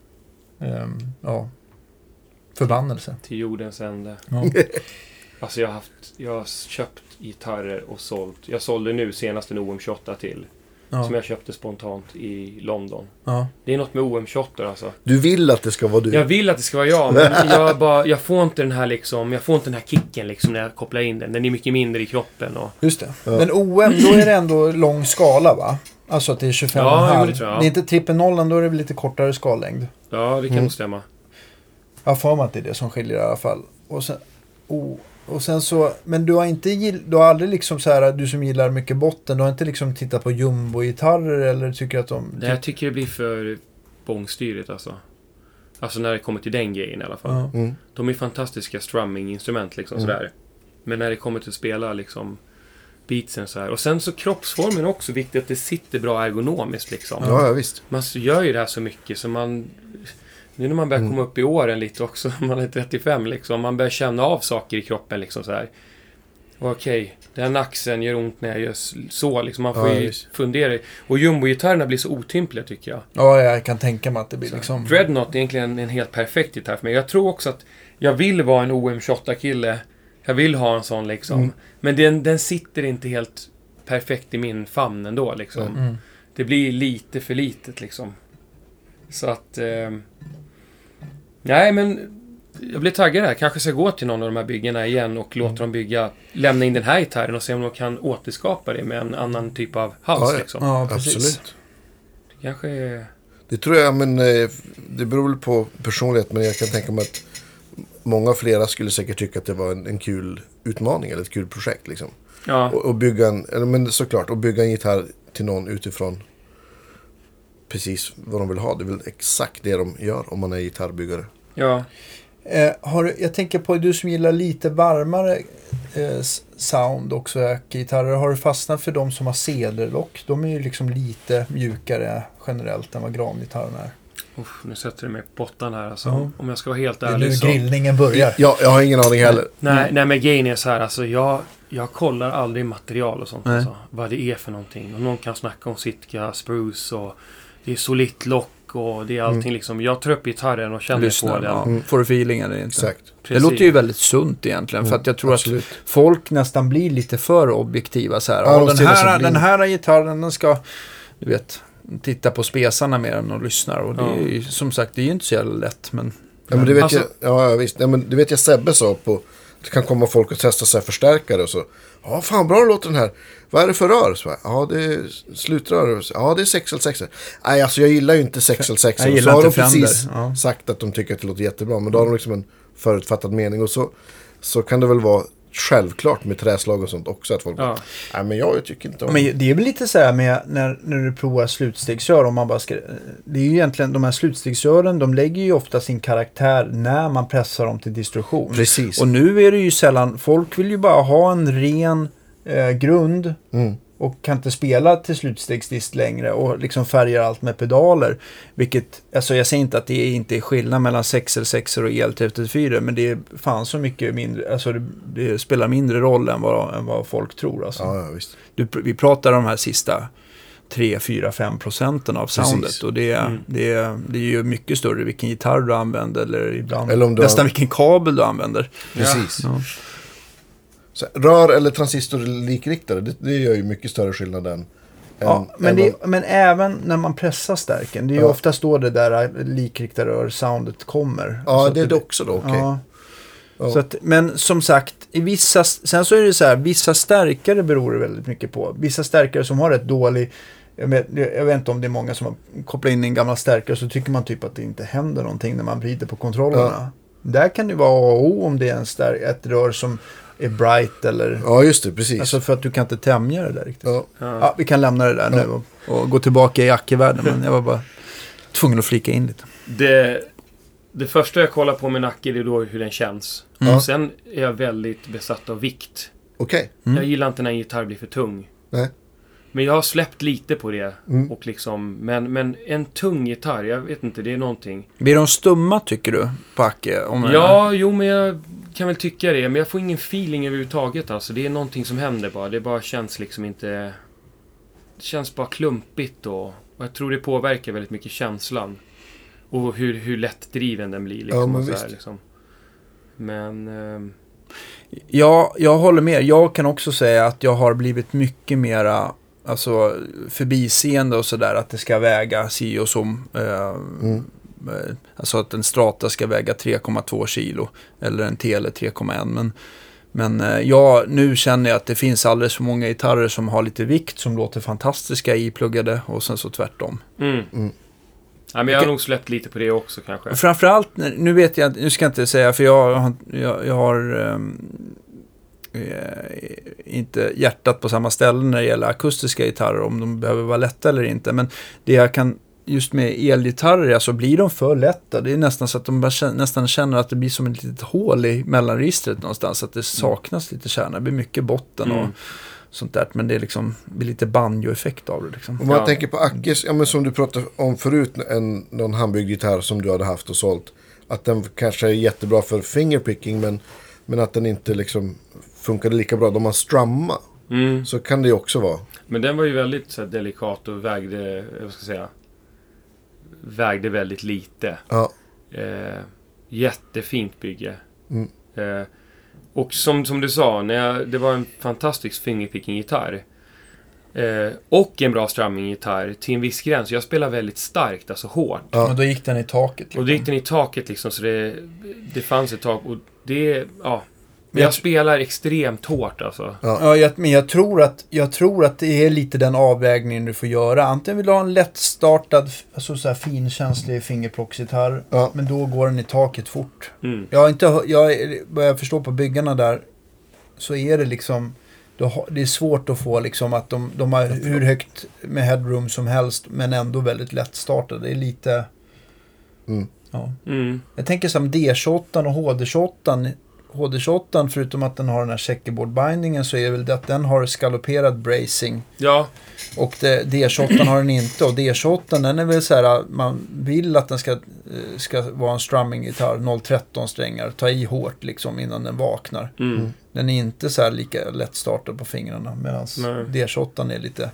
förbannelse. Till jordens ände. Ja. Alltså jag har köpt gitarrer och sålt. Jag sålde nu senast en OM28 till. Som jag köpte spontant i London. Det är något med OM28 alltså. Du vill att det ska vara du? Jag vill att det ska vara jag, men jag får inte den här liksom, jag får inte den här kicken liksom när jag kopplar in den. Den är mycket mindre i kroppen. Just det. Ja. Men OM, då är det ändå lång skala, va? Alltså att det är 25,5. Ja, det tror jag. Det är inte trippel nollan, då är det lite kortare skallängd. Ja, det kan nog stämma. Jag får man att det är det som skiljer i alla fall. Och sen så, men du har aldrig liksom så här, du som gillar mycket botten, du har inte liksom tittat på jumbo-gitarrer eller tycker att de... Nej, jag tycker det blir för bångstyrigt alltså. Alltså när det kommer till den grejen i alla fall. De är fantastiska strumming-instrument liksom sådär. Men när det kommer till att spela liksom beatsen så här. Och sen så kroppsformen är också viktigt, att det sitter bra ergonomiskt liksom. Ja, visst. Man gör ju det här så mycket så man... Nu när man börjar komma upp i åren lite också, man är 35 liksom, man börjar känna av saker i kroppen liksom så här. Okej, den axeln gör ont när jag gör så liksom, man får ju fundera. Och jumbo-gitarrerna blir så otympliga tycker jag. Ja, jag kan tänka mig att det blir så, liksom... Dreadnought är egentligen en helt perfekt gitarr för mig. Jag tror också att jag vill vara en OM28-kille. Jag vill ha en sån liksom. Men den sitter inte helt perfekt i min famn ändå liksom. Det blir lite för litet liksom. Så att... nej, men jag blir taggad här. Kanske ska gå till någon av de här byggena igen och låta dem lämna in den här gitarren och se om de kan återskapa det med en annan typ av hals liksom. Ja, precis. Absolut. Det kanske är... Det tror jag, men det beror väl på personlighet, men jag kan tänka mig att många flera skulle säkert tycka att det var en kul utmaning eller ett kul projekt liksom. Ja. Och bygga men såklart, och bygga en gitarr till någon utifrån precis vad de vill ha. Det är väl exakt det de gör om man är gitarrbyggare. Ja. Jag tänker på du som gillar lite varmare sound också, gitarrer. Har du fastnat för de som har cederlock? De är ju liksom lite mjukare generellt än vad grangitarren är. Nu sätter du mig på botten här alltså. Om jag ska vara helt ärlig Det är nu så... grillningen börjar. Ja, jag har ingen aning heller. Nej, men grejen är så här, alltså jag kollar aldrig material och sånt. Alltså, vad det är för någonting. Och någon kan snacka om Sitka, Spruce och det är solitt lock och det är allting liksom. Jag tar upp gitarren och känner på den. Får du feeling eller inte? Exakt. Det låter ju väldigt sunt egentligen. För att jag tror att folk nästan blir lite för objektiva så här. Ja, den här gitarren, den ska, du vet, titta på spesarna mer än att lyssna. Och det är ju, som sagt, det är ju inte så jävla lätt. Men det vet alltså, jag, visst. Ja, men det vet jag Sebbe sa på. Det kan komma folk och testa sig förstärkare och så. Ja, fan bra låter den här. Vad är det för rör? Så, ja, det är slutrör. Ja, det är 6L6. Nej, alltså jag gillar ju inte 6L6. Jag gillar så har de Fender. precis sagt att de tycker att det låter jättebra. Men då har de liksom en förutfattad mening. Och så kan det väl vara självklart med träslag och sånt också. Att folk nej, men jag tycker inte om... Men det är väl lite så här med när du provar slutstegsrör, om man bara ska... Det är ju egentligen, de här slutstegsrören, de lägger ju ofta sin karaktär när man pressar dem till distorsion. Precis. Och nu är det ju sällan, folk vill ju bara ha en ren grund och kan inte spela till slutstegsdist längre och liksom färgar allt med pedaler. Vilket, alltså jag säger inte att det inte är skillnad mellan 6L6 och EL34, men det är fan så mycket mindre, alltså det spelar mindre roll än vad folk tror. Alltså. Ja, visst. Vi pratar om de här sista 3-4-5% av soundet. Precis. Och det är ju mycket större vilken gitarr du använder eller ibland eller nästan vilken kabel du använder. Precis. Ja. Så, rör eller transistor likriktade, det gör ju mycket större skillnad än... Men även när man pressar stärken, det är ju oftast då det där likriktade rör-soundet kommer. Ja, så det är det också då, okej. Ja. Så att, men som sagt, sen så är det så här, vissa stärkare beror det väldigt mycket på. Vissa stärkare som har rätt dålig... Jag vet inte om det är många som har kopplat in en gammal stärkare, så tycker man typ att det inte händer någonting när man vrider på kontrollerna. Ja. Där kan det vara om det är ett rör som är bright eller... Ja, just det, precis. Alltså för att du kan inte tämja det där riktigt. Ja, vi kan lämna det där nu och gå tillbaka i Acke-världen, men jag var bara tvungen att flika in lite. Det första jag kollar på med Acke är då hur den känns. Och sen är jag väldigt besatt av vikt. Okej. Jag gillar inte när en gitarr blir för tung. Nej. Men jag har släppt lite på det. Och liksom, men en tung gitarr, jag vet inte, det är någonting. Blir de stumma tycker du på Acke? Men jag kan väl tycka det. Men jag får ingen feeling överhuvudtaget. Alltså. Det är någonting som händer bara. Det bara känns liksom inte... Det känns bara klumpigt och jag tror det påverkar väldigt mycket känslan. Och hur lättdriven den blir. Liksom, men och så visst. här, liksom. Men... Ja, jag håller med. Jag kan också säga att jag har blivit mycket mera förbiseende och sådär, att det ska väga si och som. Alltså att en Strata ska väga 3,2 kilo eller en Tele 3,1. Men nu känner jag att det finns alldeles för många gitarrer som har lite vikt som låter fantastiska ipluggade och sen så tvärtom. Ja, men jag har nog släppt lite på det också kanske. Framförallt, nu vet jag, nu ska jag inte säga, för jag har inte hjärtat på samma ställe när det gäller akustiska gitarrer, om de behöver vara lätta eller inte. Men det jag kan, just med elgitarrer, alltså blir de för lätta. Det är nästan så att de nästan känner att det blir som ett litet hål i mellanregistret någonstans, att det saknas lite kärna. Det blir mycket botten och sånt där, men det är liksom, blir lite banjo-effekt av det liksom. Om man tänker på Ackes, men som du pratade om förut, någon handbyggd gitarr som du hade haft och sålt, att den kanske är jättebra för fingerpicking, men att den inte liksom funkade lika bra då man strumma. Så kan det ju också vara. Men den var ju väldigt så här, delikat och vägde väldigt lite. Ja. Jättefint bygge. Och som du sa, det var en fantastisk fingerpicking-gitarr. och en bra strumming-gitarr till en viss gräns. Jag spelar väldigt starkt, alltså hårt. Och då gick den i taket. Liksom. Och då gick den i taket liksom, så det fanns ett tak. Och det, ja. Men jag spelar extremt hårt alltså. Ja, men jag tror att det är lite den avvägningen du får göra. Antingen vill du ha en lättstartad, alltså så här finkänslig fingerplocksgitarr, men då går den i taket fort. Mm. Vad jag förstår på byggarna där, så är det liksom, det är svårt att få liksom att de har hur högt med headroom som helst, men ändå väldigt lättstartade. Det är lite... Ja. Mm. Jag tänker som D28 och HD28. HD28, förutom att den har den här checkerboard-bindingen, så är väl det att den har skaloperad bracing. Ja. Och D28 har den inte. Och D28, den är väl så här, man vill att den ska vara en strumming-gitarr, 013 strängar, ta i hårt liksom innan den vaknar. Mm. Den är inte så här lika lätt startad på fingrarna, medan D28 är lite...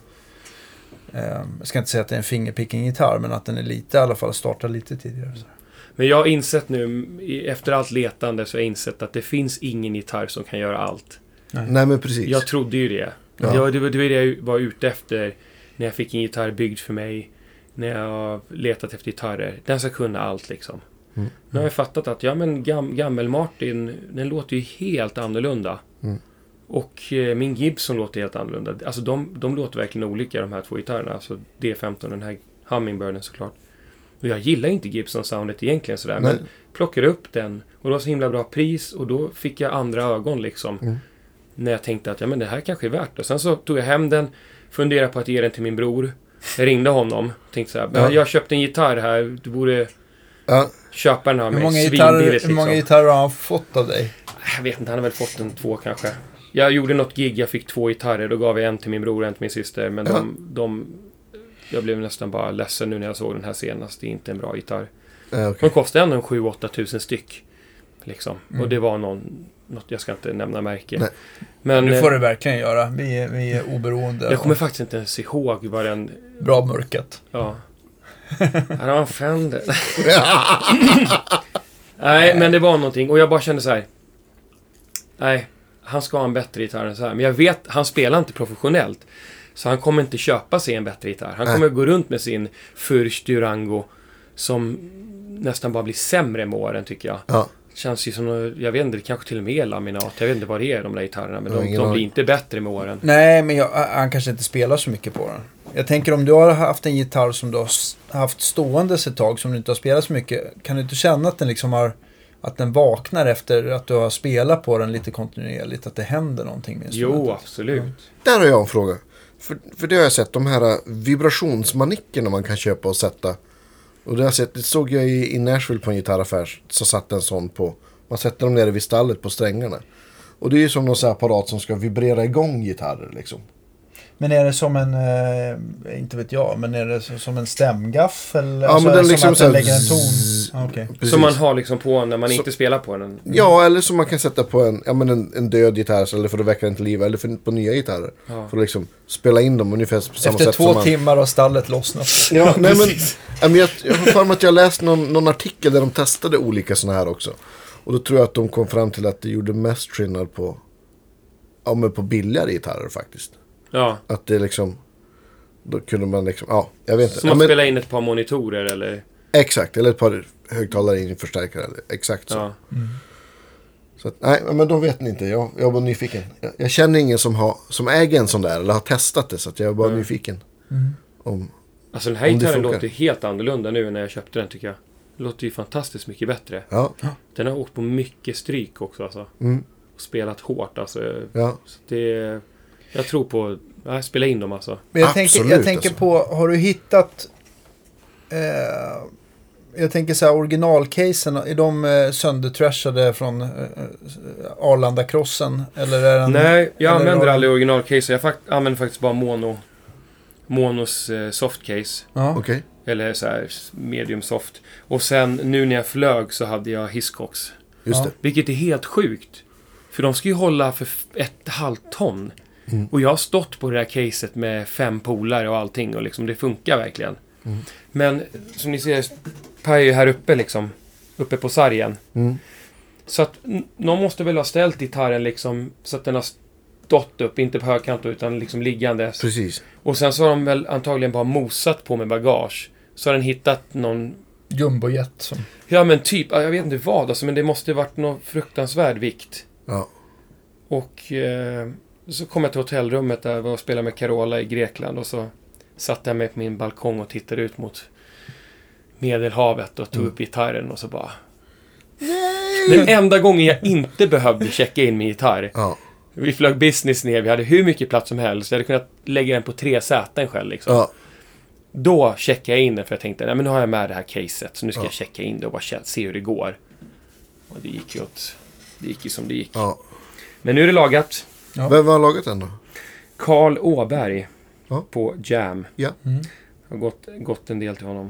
jag ska inte säga att det är en fingerpicking-gitarr, men att den är lite, i alla fall startar lite tidigare. Så. Men jag har insett nu, efter allt letande, så har jag insett att det finns ingen gitarr som kan göra allt. Nej, men precis. Jag trodde ju det. Ja. Det var det jag var ute efter när jag fick en gitarr byggd för mig. När jag letat efter gitarrer. Den ska kunna allt liksom. Nu har jag fattat att Gammel Martin, den låter ju helt annorlunda. Och min Gibson låter helt annorlunda. Alltså de låter verkligen olika, de här två gitarrerna. Alltså D15, den här Hummingbirden såklart. Och jag gillar inte Gibson-soundet egentligen sådär. Men plockade upp den. Och det var så himla bra pris. Och då fick jag andra ögon liksom. När jag tänkte att det här kanske är värt. Och sen så tog jag hem den. Funderade på att ge den till min bror. Jag ringde honom. Tänkte såhär. Jag köpte en gitarr här. Du borde köpa den här med svinbilligt liksom. Hur många gitarrer har han fått av dig? Jag vet inte. Han har väl fått 2 kanske. Jag gjorde något gig. Jag fick 2 gitarrer. Då gav jag en till min bror och en till min syster. Men jag blev nästan bara ledsen nu när jag såg den här senast. Det är inte en bra gitarr. Okay. De kostade ändå 7-8 tusen styck. Liksom. Och det var något, jag ska inte nämna märke. Nej. Men det får du verkligen göra. Vi är oberoende. Jag kommer faktiskt inte ens ihåg vad den... Bra mörkat. Ja. Han har en Fender. Nej, men det var någonting. Och jag bara kände så här. Nej, han ska ha en bättre gitarr än så här. Men jag vet, han spelar inte professionellt. Så han kommer inte köpa sig en bättre gitarr. Han kommer gå runt med sin Fürst Durango som nästan bara blir sämre med åren, tycker jag. Ja. Känns ju som, jag vet inte, det kanske till och med är laminat. Jag vet inte vad det är, de där gitarrerna. Men de blir inte bättre med åren. Nej, men han kanske inte spelar så mycket på den. Jag tänker, om du har haft en gitarr som du har haft stående ett tag, som du inte har spelat så mycket, kan du inte känna att den liksom har... Att den vaknar efter att du har spelat på den lite kontinuerligt, att det händer någonting med instrumentet? Jo, absolut. Där har jag en fråga. För det har jag sett, de här vibrationsmanickerna man kan köpa och sätta. Och det såg jag i Nashville på en gitarraffär, så satt en sån på. Man sätter dem nere vid stallet på strängarna. Och det är ju som någon sån här apparat som ska vibrera igång gitarrer liksom. Men är det som en, inte vet jag, men är det som en stämgaffel? Ja, alltså, men den liksom att den lägger en ton. Okay. Som man har liksom på när man inte spelar på den. Ja, eller som man kan sätta på en död gitarr, eller för att väcka den till liv, eller på nya gitarrer. Ja. För att liksom spela in dem ungefär på samma sätt. Efter 2 timmar har stallet lossnat. Ja, nej men jag har för mig att jag läst någon artikel där de testade olika såna här också. Och då tror jag att de kom fram till att det gjorde mest skillnad på billigare gitarrer faktiskt. Ja. Att det liksom, då kunde man liksom, jag vet inte. Som att spela in ett par monitorer eller? Exakt, eller ett par högtalare in i förstärkare, eller exakt så. Ja. Så att, nej, men då vet ni inte, jag var nyfiken. Jag känner ingen som äger en sån där, eller har testat det, så att jag är bara nyfiken. Alltså den här gitarren låter helt annorlunda nu än när jag köpte den, tycker jag. Det låter ju fantastiskt mycket bättre. Ja. Den har åkt på mycket stryk också, alltså. Och spelat hårt, alltså. Ja. Så det... Jag tror på att spela in dem alltså. Men jag tänker alltså på, har du hittat jag tänker så här, originalcasen, är de söndertrashade från Arlanda-krossen? Eller är den, nej, jag använder aldrig originalcase. Jag använder faktiskt bara Monos softcase. Ja. Okay. Eller så här medium soft. Och sen nu när jag flög så hade jag Hiscox. Just det. Vilket är helt sjukt. För de ska ju hålla för 1,5 ton. Och jag har stått på det här caset med 5 polare och allting, och liksom det funkar verkligen. Men som ni ser, Per är ju här uppe liksom, uppe på sargen. Så att någon måste väl ha ställt gitarren liksom så att den har stått upp, inte på högkant utan liksom liggandes. Precis. Och sen så har de väl antagligen bara mosat på med bagage. Så har den hittat någon... Jumbojet som... Ja men typ, jag vet inte vad alltså, men det måste ha varit någon fruktansvärd vikt. Ja. Och så kom jag till hotellrummet där och spelade med Carola i Grekland. Och så satt jag med på min balkong och tittade ut mot Medelhavet och tog upp gitarren och så bara... Nej! Den enda gången jag inte behövde checka in min gitarr. Ja. Vi flög business ner, vi hade hur mycket plats som helst. Jag hade kunnat lägga den på 3 säten själv liksom. Ja. Då checkade jag in den för jag tänkte, nej men nu har jag med det här caset. Så nu ska jag checka in det och bara se hur det går. Och det gick ju som det gick. Ja. Men nu är det lagat. Ja. Vem har lagat den då? Carl Åberg Ja. på Jam. Ja. Har gått en del till honom.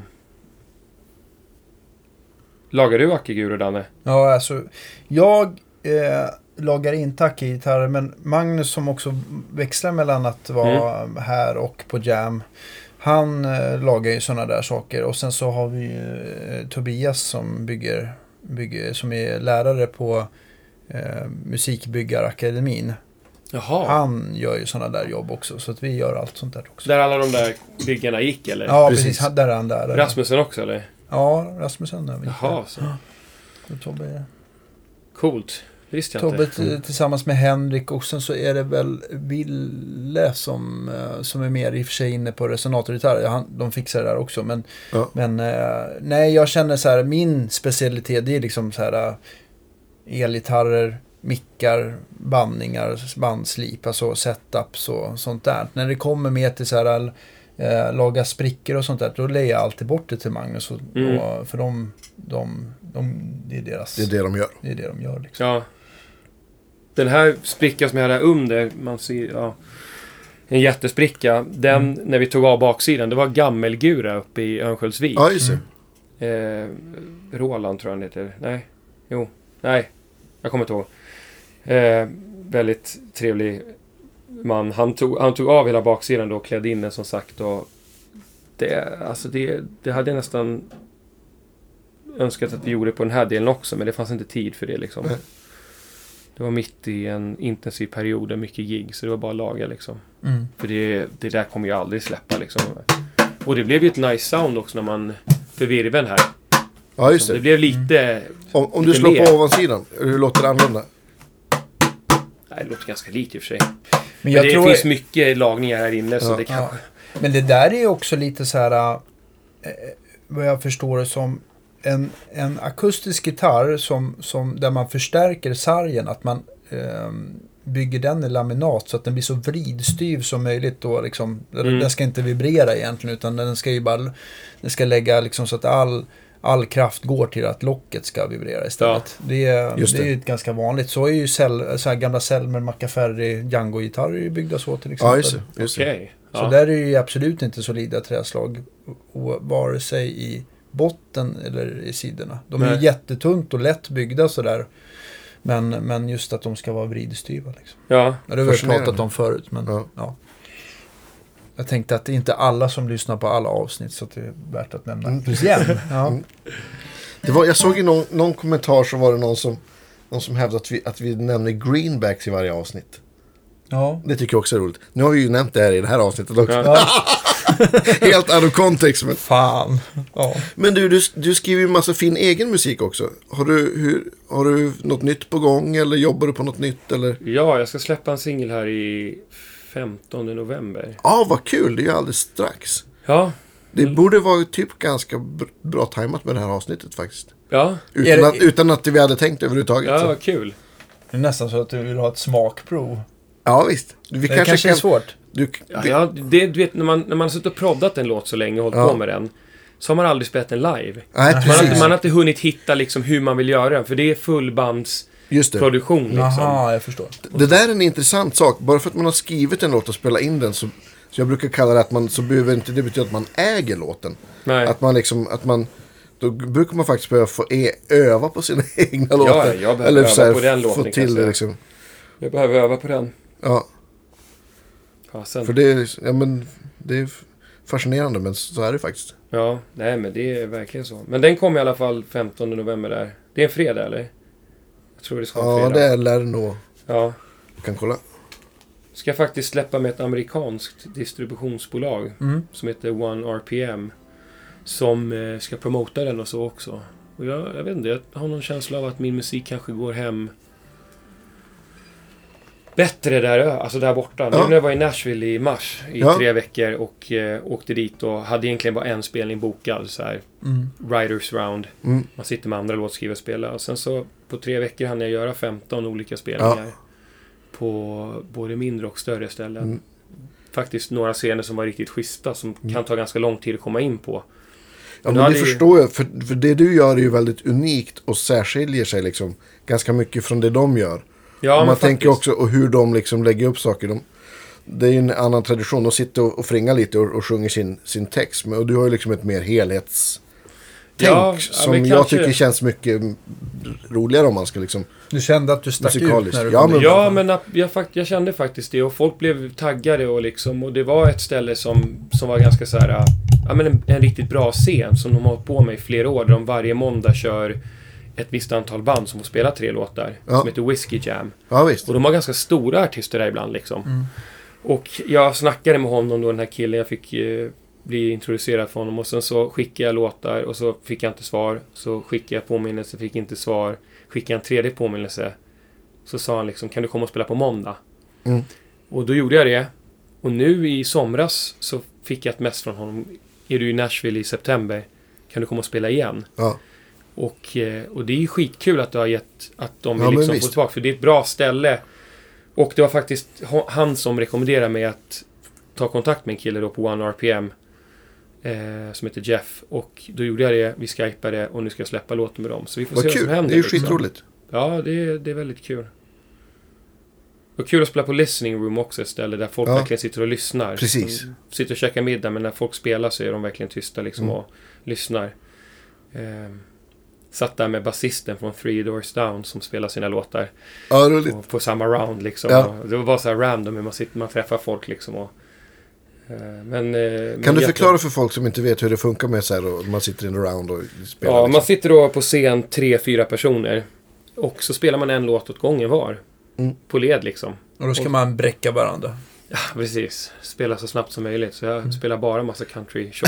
Lagar du Akiguro, Danne? Ja, alltså jag lagar inte Aki-gitarrer, men Magnus som också växlar mellan att vara här och på Jam, han lagar ju sådana där saker. Och sen så har vi Tobias som bygger som är lärare på Musikbyggarakademin. Jaha. Han gör ju sådana där jobb också, så att vi gör allt sånt där också. Där alla de där byggarna gick, eller? Ja, precis. Där är han där. Rasmussen också, eller? Ja, Rasmussen. Där. Jaha, så. Och Tobbe. Coolt. Det visste jag Tobbe inte. tillsammans med Henrik, och sen så är det väl Ville som är mer i och för sig inne på resonatorgitarr. De fixar det där också, men nej, jag känner så här, min specialitet det är liksom så här elgitarrer, mickar, bandningar, bandslip, alltså setups och sånt där. När det kommer med till så här laga sprickor och sånt där, då lägger jag alltid bort det till Magnus och för de det är deras... Det är det de gör. Det är det de gör liksom. Ja. Den här sprickan som jag hade under, man ser, en jättespricka, den, när vi tog av baksidan, det var gammelgura uppe i Örnsköldsvik. Ja, just det. Roland tror jag han heter. Nej, jag kommer inte ihåg. Väldigt trevlig man. Han tog av hela baksidan då och klädde in den, som sagt, och det hade jag nästan önskat att vi gjorde på den här delen också, men det fanns inte tid för det liksom. Det var mitt i en intensiv period, mycket gig, så det var bara att laga liksom. För det där kommer ju aldrig släppa liksom. Och det blev ju ett nice sound också när man för virveln här. Ja, just det. Det blev lite... Om du slår på ovansidan, hur låter det annorlunda? Nej, det låter ganska likt i och för sig. Men det finns mycket lagningar här inne, så det kanske... Men det där är ju också lite så här, vad jag förstår det som, en akustisk gitarr som där man förstärker sargen, att man bygger den i laminat så att den blir så vridstyv som möjligt då liksom. Den ska inte vibrera egentligen, utan den ska ju bara, den ska lägga liksom så att all kraft går till att locket ska vibrera istället. Ja. Det är ju ganska vanligt. Så är ju så här gamla Selmer, Macaferri, Django-gitarrer är byggda så till exempel. Ja, just det. Okay. Så där är ju absolut inte solida träslag, vare sig i botten eller i sidorna. De är jättetunt och lätt byggda sådär. Men just att de ska vara vridstyva liksom. Ja. Det har vi pratat om förut, men ja. Jag tänkte att det är inte alla som lyssnar på alla avsnitt, så att det är värt att nämna igen. Ja. Jag såg i någon kommentar, så var det någon som hävdade att vi nämner greenbacks i varje avsnitt. Ja. Det tycker jag också är roligt. Nu har vi ju nämnt det här i det här avsnittet också. Ja. Helt out of context. Men... Fan. Ja. Men du skriver ju en massa fin egen musik också. Har du något nytt på gång, eller jobbar du på något nytt? Eller? Ja, jag ska släppa en singel här i 15 november. Ja, vad kul. Det är ju alldeles strax. Ja. Det borde vara typ ganska bra tajmat med det här avsnittet faktiskt. Ja. Utan att vi hade tänkt överhuvudtaget. Ja, så. vad kul. Det är nästan så att du vill ha ett smakprov. Ja, visst. Det kanske är svårt. Du vet, när man har suttit och proddat en låt så länge och hållit på med den, så har man aldrig spelat den live. Nej, man har inte hunnit hitta liksom hur man vill göra den, för det är fullbandsproduktion liksom. Jaha, jag förstår. Det där är en intressant sak. Bara för att man har skrivit en låt och spelat in den, så jag brukar kalla det att så behöver inte det betyda att man äger låten. Nej. Då brukar man faktiskt behöva få öva på sina egna låtar. Ja, jag behöver öva på den låten. Få till det liksom. Jag behöver öva på den. Ja. Fasen. För det är fascinerande, men så är det faktiskt. Ja, nej men det är verkligen så. Men den kommer i alla fall 15 november där. Det är en fredag, eller? Jag tror det ska vara fredag. Ja, det lär det nog. Ja. Du kan kolla. Ska faktiskt släppa med ett amerikanskt distributionsbolag som heter One RPM, som ska promota den och så också. Och jag vet inte, jag har någon känsla av att min musik kanske går hem bättre där borta. Nu när jag var i Nashville i mars i 3 veckor och åkte dit och hade egentligen bara en spelning bokad så här, Writers Round. Man sitter med andra låtskrivare och spelar. Och sen så på 3 veckor hann jag göra 15 olika spelningar på både mindre och större ställen. Faktiskt några scener som var riktigt schyssta som kan ta ganska lång tid att komma in på. Ja, men det förstår jag. För det du gör är ju väldigt unikt och särskiljer sig liksom ganska mycket från det de gör. Ja, och man tänker också och hur de liksom lägger upp saker. Det är ju en annan tradition. De sitter och fringar lite och sjunger sin text. Och du har ju liksom ett mer helhetstänk som jag tycker känns mycket roligare om man ska liksom... Du kände att du stack ut när du kom jag kände faktiskt det. Och folk blev taggade och det var ett ställe som var ganska så här... en riktigt bra scen som de har hållit på med i flera år. Där de varje måndag kör ett visst antal band som får spela 3 låtar som heter Whiskey Jam. Ja, visst. Och de har ganska stora artister där ibland liksom. Och jag snackade med honom då, den här killen. Jag fick bli introducerad för honom och sen så skickade jag låtar och så fick jag inte svar. Så skickade jag påminnelse, fick inte svar. Skickade jag en 3:e påminnelse. Så sa han liksom, kan du komma och spela på måndag? Och då gjorde jag det. Och nu i somras så fick jag ett mess från honom. Är du i Nashville i september? Kan du komma och spela igen? Ja. Och det är ju skitkul att du har gett att de vill liksom få tillbaka, för det är ett bra ställe. Och det var faktiskt han som rekommenderade mig att ta kontakt med en kille då på One RPM som heter Jeff. Och då gjorde jag det, vi skypade och nu ska jag släppa låten med dem. Så vi får se vad som händer. Det är ju skitroligt. Ja, det är väldigt kul. Och kul att spela på listening room också, ett ställe där folk verkligen sitter och lyssnar. Precis. De sitter och käkar middag, men när folk spelar så är de verkligen tysta liksom och lyssnar. Satt där med basisten från Three Doors Down som spelar sina låtar på samma round liksom. Ja. Det var så här random hur man träffar folk liksom. Kan du förklara för folk som inte vet hur det funkar med så här och man sitter i en round och spelar? Ja, liksom. Man sitter då på scen 3-4 personer och så spelar man en låt åt gången var. På led liksom. Och då ska man bräcka varandra. Ja, precis. Spela så snabbt som möjligt. Så jag spelar bara massa country shots.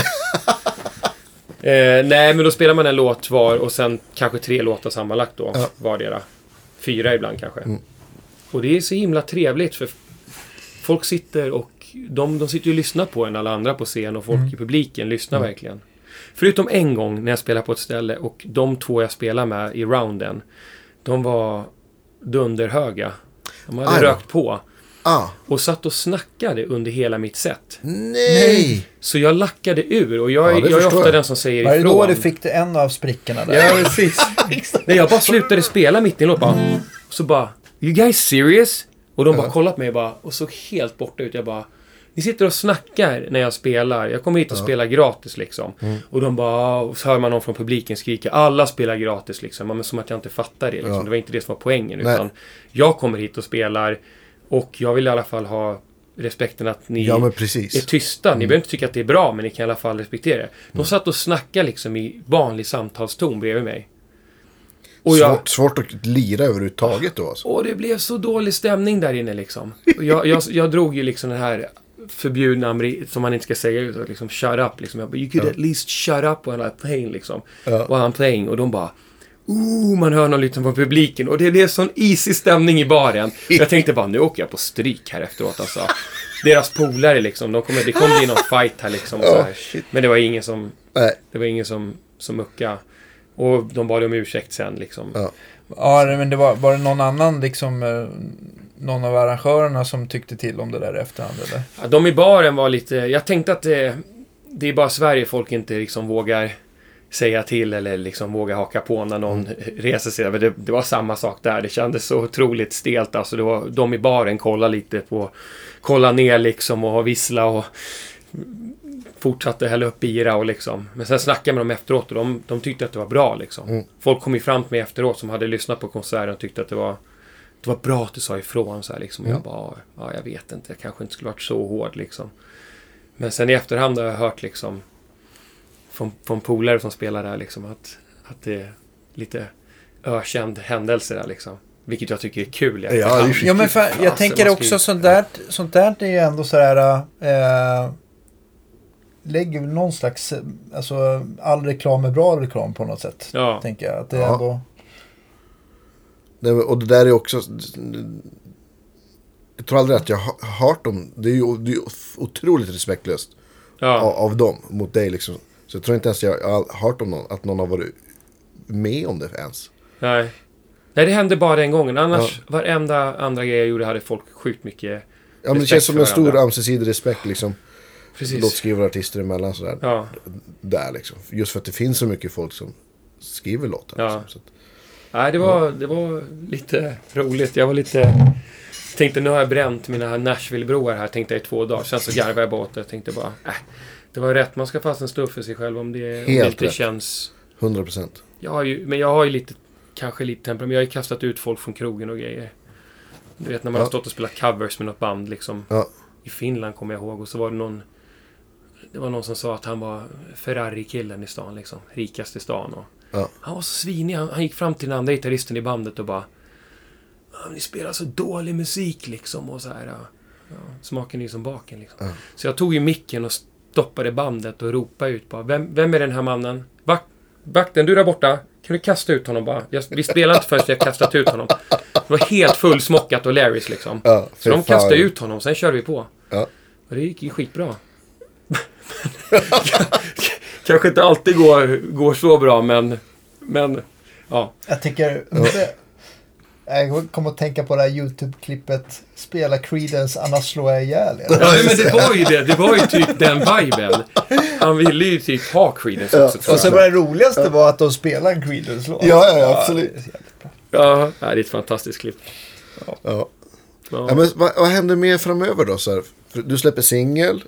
Nej, men då spelar man en låt var och sen kanske 3 låtar sammanlagt då. Vardera. 4 ibland kanske. Och det är så himla trevligt för folk sitter och de sitter ju och lyssnar på en, alla andra på scen och folk i publiken lyssnar verkligen. Förutom en gång när jag spelar på ett ställe och de 2 jag spelar med i rounden, de var dunderhöga. De hade rökt på. Och satt och snackade under hela mitt set. Nej! Så jag lackade ur. Och jag är ofta den som säger ifrån. Var det då du fick det en av sprickorna där? Ja, precis. Nej, jag bara slutade spela mitt i en låt. Så bara, you guys serious? Och de bara kollat på mig och såg helt borta ut. Jag bara, ni sitter och snackar när jag spelar. Jag kommer hit och spelar gratis liksom. Och de bara, och så hör man någon från publiken skrika, alla spelar gratis liksom. Men som att jag inte fattar det liksom. Det var inte det som var poängen. Utan jag kommer hit och spelar. Och jag vill i alla fall ha respekten att ni är tysta. Ni behöver inte tycka att det är bra, men ni kan i alla fall respektera det. De satt och snackade liksom i vanlig samtalston bredvid mig. Och svårt att lira överhuvudtaget då alltså. Och det blev så dålig stämning där inne liksom. Och jag drog ju liksom den här förbjudna som man inte ska säga ut, liksom shut up liksom. Jag bara, you could at least shut up when I'm playing liksom. Och han playing och de bara man hör någon liten på publiken och det blev sån easy stämning i baren. Jag tänkte bara, nu åker jag på stryk här efteråt alltså. Deras polare liksom, det kommer bli någon fight här liksom och så här. Men det var ingen som mucka. Och de bad om ursäkt sen liksom. Ja, men det var det någon annan liksom, någon av arrangörerna som tyckte till om det där efterhand eller? Ja, de i baren var lite, jag tänkte att det är bara Sverige folk inte liksom vågar säga till eller liksom våga haka på när någon reser sig. Det var samma sak där. Det kändes så otroligt stelt. Alltså det var de i baren kolla ner liksom och vissla och fortsatte hälla upp bira och liksom. Men sen snackade jag med dem efteråt och de tyckte att det var bra liksom. Folk kom ju fram till mig efteråt som hade lyssnat på konserten och tyckte att det var bra att du sa ifrån så här liksom. Och jag bara, jag vet inte. Jag kanske inte skulle varit så hård liksom. Men sen i efterhand har jag hört liksom från polare som spelar där liksom att det är lite ökänd händelse där liksom. Vilket jag tycker är kul. Ja, det är Ja, men jag tänker också sånt där är ju ändå så här lägger någon slags, alltså all reklam är bra reklam på något sätt. Ja. Tänker jag att det är ändå. Och det där är också, jag tror aldrig att jag har hört om, det är ju otroligt respektlöst av dem mot dig liksom. Så jag tror inte ens jag har hört om att någon har varit med om det ens. Nej, det hände bara den gången. Annars, varenda andra grej jag gjorde hade folk sjukt mycket. Ja, men det känns som en stor ömsesidig respekt liksom. Precis. Låtskrivare artister emellan sådär. Ja. Där liksom. Just för att det finns så mycket folk som skriver låtar. Ja. Liksom, så att, Nej, det var lite roligt. Jag var tänkte nu har jag bränt mina Nashville-broar här, tänkte jag i 2 dagar. Sen så garvade jag bort det. Jag tänkte bara, det var rätt. Man ska fastna stå upp för sig själv om det inte rätt. Känns... 100%. Men jag har ju kanske lite temperament. Jag har ju kastat ut folk från krogen och grejer. Du vet när man har stått och spelat covers med något band liksom. Ja. I Finland kommer jag ihåg. Och så var det någon som sa att han var Ferrari-killen i stan liksom. Rikast i stan. Och han var så svinig. Han gick fram till den andra gitarristen i bandet och bara, ni spelar så dålig musik liksom. Och så här, smaken är ju som baken liksom. Så jag tog ju micken och stoppade bandet och ropade ut bara, vem är den här mannen? Vakten, du där borta. Kan du kasta ut honom bara? Vi spelar inte först jag kastat ut honom. Det var helt fullsmockat och Larrys liksom. Så de kastade ut honom, sen körde vi på. Ja. Och det gick ju skitbra. Kanske inte alltid går så bra, men ja. Jag tycker... Jag kommer att tänka på det här YouTube-klippet spela Creedence, annars slår jag ihjäl. Ja, men det var ju typ den viben. Han ville ju typ ha Creedence också. Och sen var det roligaste var att de spelade en Creedence-låt. Ja, absolut. Ja, det är ett fantastiskt klipp. Ja, men vad händer mer framöver då? Så här? Du släpper singel?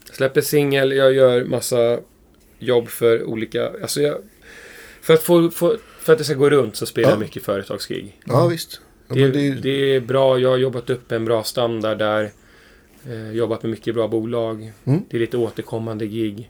Jag gör massa jobb för olika... Alltså för att det ska gå runt så spelar jag mycket företagsgig. Ja, visst. Ja, det är bra. Jag har jobbat upp en bra standard där. Jobbat med mycket bra bolag. Det är lite återkommande gig.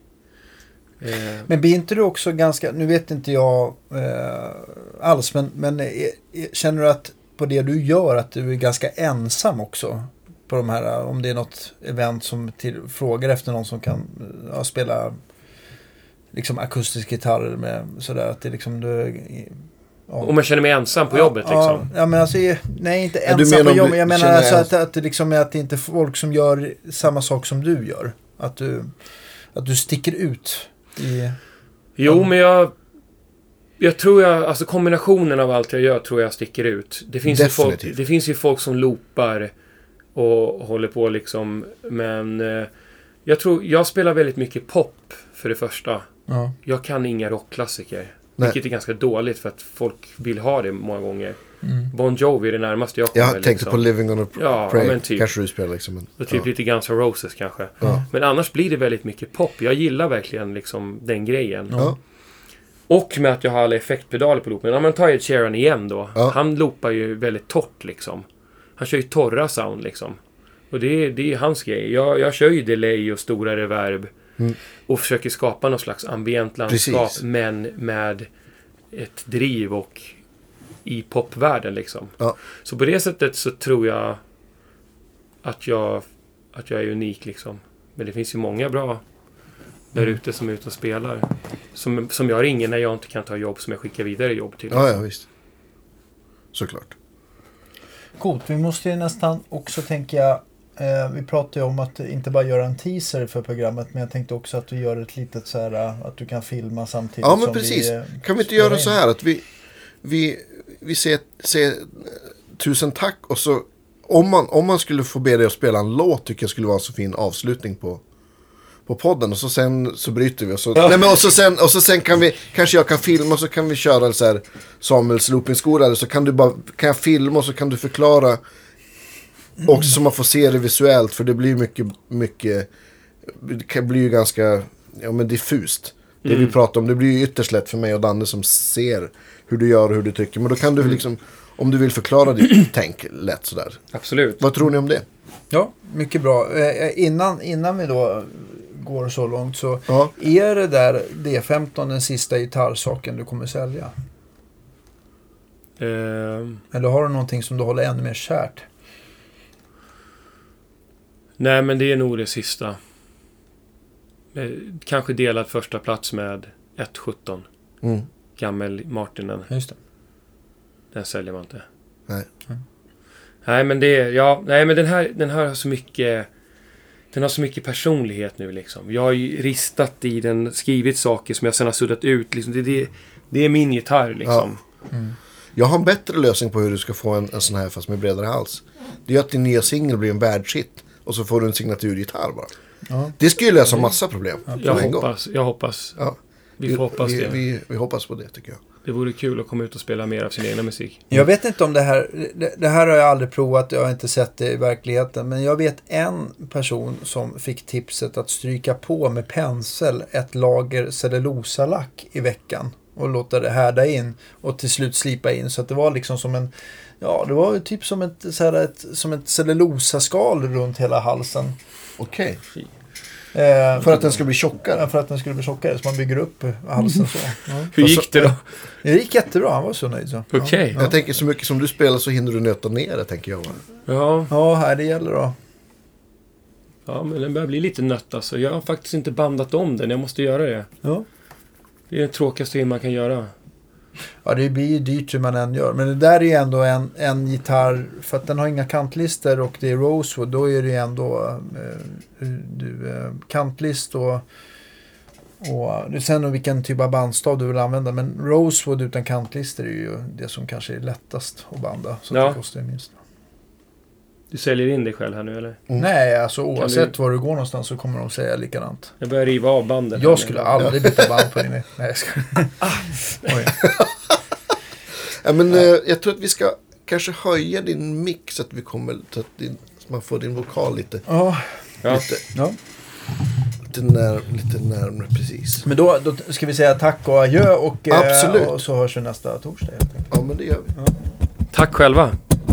Men blir inte du också ganska... Nu vet inte jag alls, men känner du att på det du gör att du är ganska ensam också? På de här, om det är något event som frågar efter någon som kan spela liksom akustisk gitarr med sådär att det liksom du... Om man känner mig ensam på jobbet liksom. Ja, men alltså, nej, inte ensam på jobbet. Jag menar alltså att det liksom är att det inte är folk som gör samma sak som du gör. Att du sticker ut i... Jo, men jag tror alltså kombinationen av allt jag gör tror jag sticker ut. Det finns ju folk som loopar och håller på liksom, men jag spelar väldigt mycket pop för det första. Ja. Jag kan inga rockklassiker. Vilket är ganska dåligt för att folk vill ha det många gånger. Bon Jovi är det närmaste jag kommer. Jag tänkte på Living on a Prayer. Men typ, kanske du spelar liksom. Och typ lite Guns N' Roses kanske. Ja. Men annars blir det väldigt mycket pop. Jag gillar verkligen liksom den grejen. Ja. Och med att jag har alla effektpedaler på loopen. Om man tar Ed Sheeran igen då. Ja. Han loopar ju väldigt torrt liksom. Han kör ju torra sound liksom. Och det är hans grej. Jag kör ju delay och stora reverb. Och försöker skapa någon slags ambient landskap. Precis. Men med ett driv och i popvärlden liksom. Ja. Så på det sättet så tror jag att jag är unik liksom. Men det finns ju många bra där ute som är ute och spelar. Som jag ringer när jag inte kan ta jobb, som jag skickar vidare jobb till. Liksom. Ja, visst. Såklart. Coolt. Vi måste ju nästan också tänka... vi pratade ju om att inte bara göra en teaser för programmet, men jag tänkte också att du gör ett litet så här, att du kan filma samtidigt. Ja, men precis. Kan vi inte göra så här att vi ser 1000 tack och så om man skulle få be dig att spela en låt tycker jag skulle vara en så fin avslutning på podden och så sen så bryter vi och så nej, men och så sen kan vi kanske jag kan filma och så kan vi köra en så här Samuels loopingskola eller så kan jag filma och så kan du förklara också så man får se det visuellt för det blir mycket det blir ju ganska diffust. Det vi pratar om, det blir ju ytterst lätt för mig och Danne som ser hur du gör och hur du tycker. Men då kan du liksom, om du vill förklara ditt tänk lätt sådär. Absolut. Vad tror ni om det? Ja, mycket bra. Innan vi då går så långt så är det där D15 den sista gitarrsaken du kommer sälja? Eller har du någonting som du håller ännu mer kärt? Nej, men det är nog det sista. Kanske delad första plats med 1.17. Gammel Martinen. Just det. Den säljer man inte. Nej. Nej, men det är... Ja, nej, men den här har så mycket... Den har så mycket personlighet nu liksom. Jag har ju ristat i den, skrivit saker som jag sen har suddat ut. Liksom. Det är min gitarr liksom. Ja. Jag har en bättre lösning på hur du ska få en sån här fast med bredare hals. Det är att din nya singel blir en världshit. Och så får du en signaturgitarr bara. Ja. Det skulle ju lösa massa problem. Jag hoppas. Ja. Vi får hoppas det. Vi hoppas på det tycker jag. Det vore kul att komma ut och spela mer av sin egna musik. Jag vet inte om det här har jag aldrig provat, jag har inte sett det i verkligheten. Men jag vet en person som fick tipset att stryka på med pensel ett lager cellulosalack i veckan. Och låta det härda in och till slut slipa in. Så att det var liksom som en... Ja, det var typ som ett cellulosaskal runt hela halsen. Okej. För att den ska bli tjockare? För att den skulle bli tjockare, så man bygger upp halsen så. Ja. Hur gick det då? Det gick jättebra, han var så nöjd så. Okej. Ja. Jag tänker så mycket som du spelar så hinner du nöta ner det, tänker jag. Ja, här det gäller då. Ja, men den börjar bli lite nött alltså. Jag har faktiskt inte bandat om den, jag måste göra det. Ja. Det är det tråkigaste man kan göra. Ja, det blir ju dyrt hur man än gör. Men det där är ju ändå en gitarr, för att den har inga kantlister och det är Rosewood, då är det ju ändå kantlist och sen vilken typ av bandstav du vill använda. Men Rosewood utan kantlister är ju det som kanske är lättast att banda. Så det kostar ju minst. Du säljer in dig själv här nu, eller? Nej, alltså oavsett var du går någonstans så kommer de säga likadant. Jag börjar riva av banden. Jag skulle aldrig byta band på din. Nej, jag ska... Ja, men jag tror att vi ska kanske höja din mix så att vi kommer så att man får din vokal lite. Lite närmare precis. Men då ska vi säga tack och adjö och, absolut. Och så hörs vi nästa torsdag. Ja, men det gör vi. Ja. Tack själva.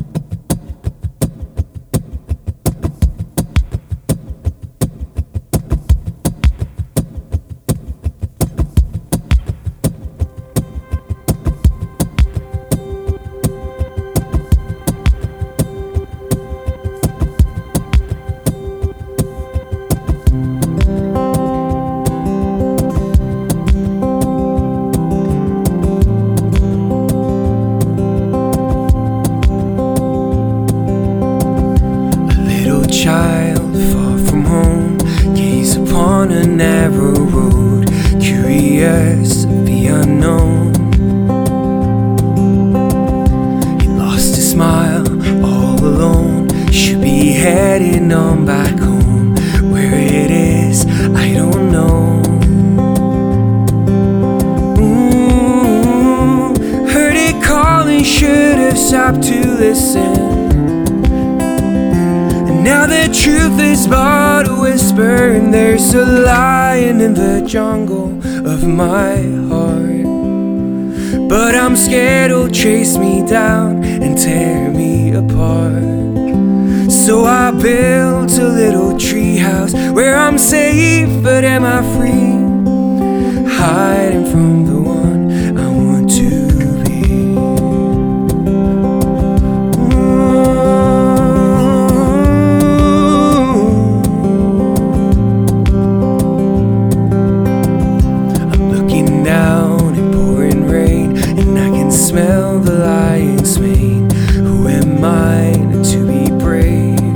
There's a lion in the jungle of my heart, but I'm scared he'll chase me down and tear me apart. So I built a little treehouse where I'm safe, but am I free? Hiding from the one I want to be. Smell the lion's mane. Who am I to be brave?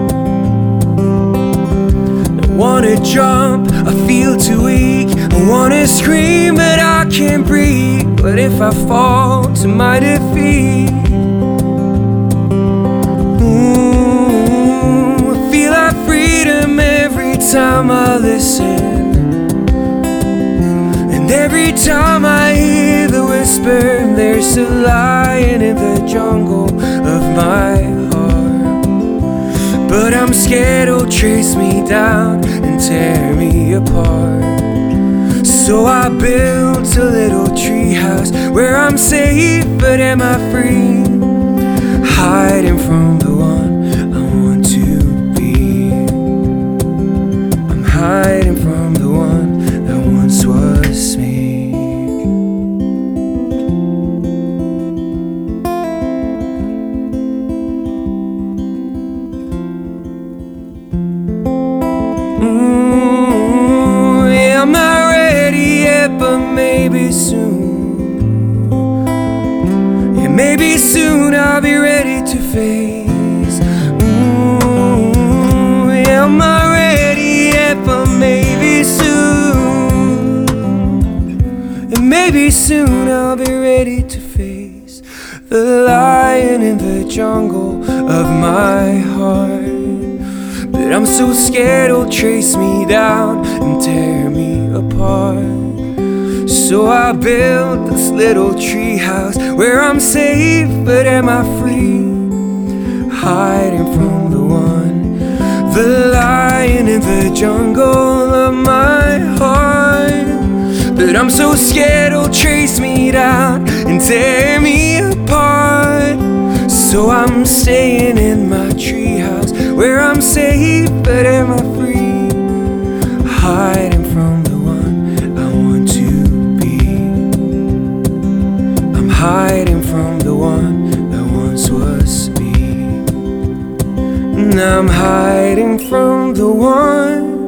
I wanna jump, I feel too weak. I wanna scream, but I can't breathe. What if I fall to my defeat? I feel like freedom every time I listen. Every time I hear the whisper, there's a lion in the jungle of my heart. But I'm scared he'll chase me down and tear me apart. So I built a little treehouse where I'm safe, but am I free? Hiding from the one I want to be. I'm hiding from the one that once was me. maybe soon. Yeah, maybe soon I'll be ready to face. Yeah, I'm not ready yet, but maybe soon. And maybe soon I'll be ready to face the lion in the jungle of my heart. But I'm so scared he'll chase me down and tear me apart. So I built this little tree house where I'm safe, but am I free? Hiding from the one, the lion in the jungle of my heart. But I'm so scared he'll chase me down and tear me apart. So I'm staying in my treehouse where I'm safe, but am I free? Hiding from the one I want to be. I'm hiding from the one that once was me. And I'm hiding from the one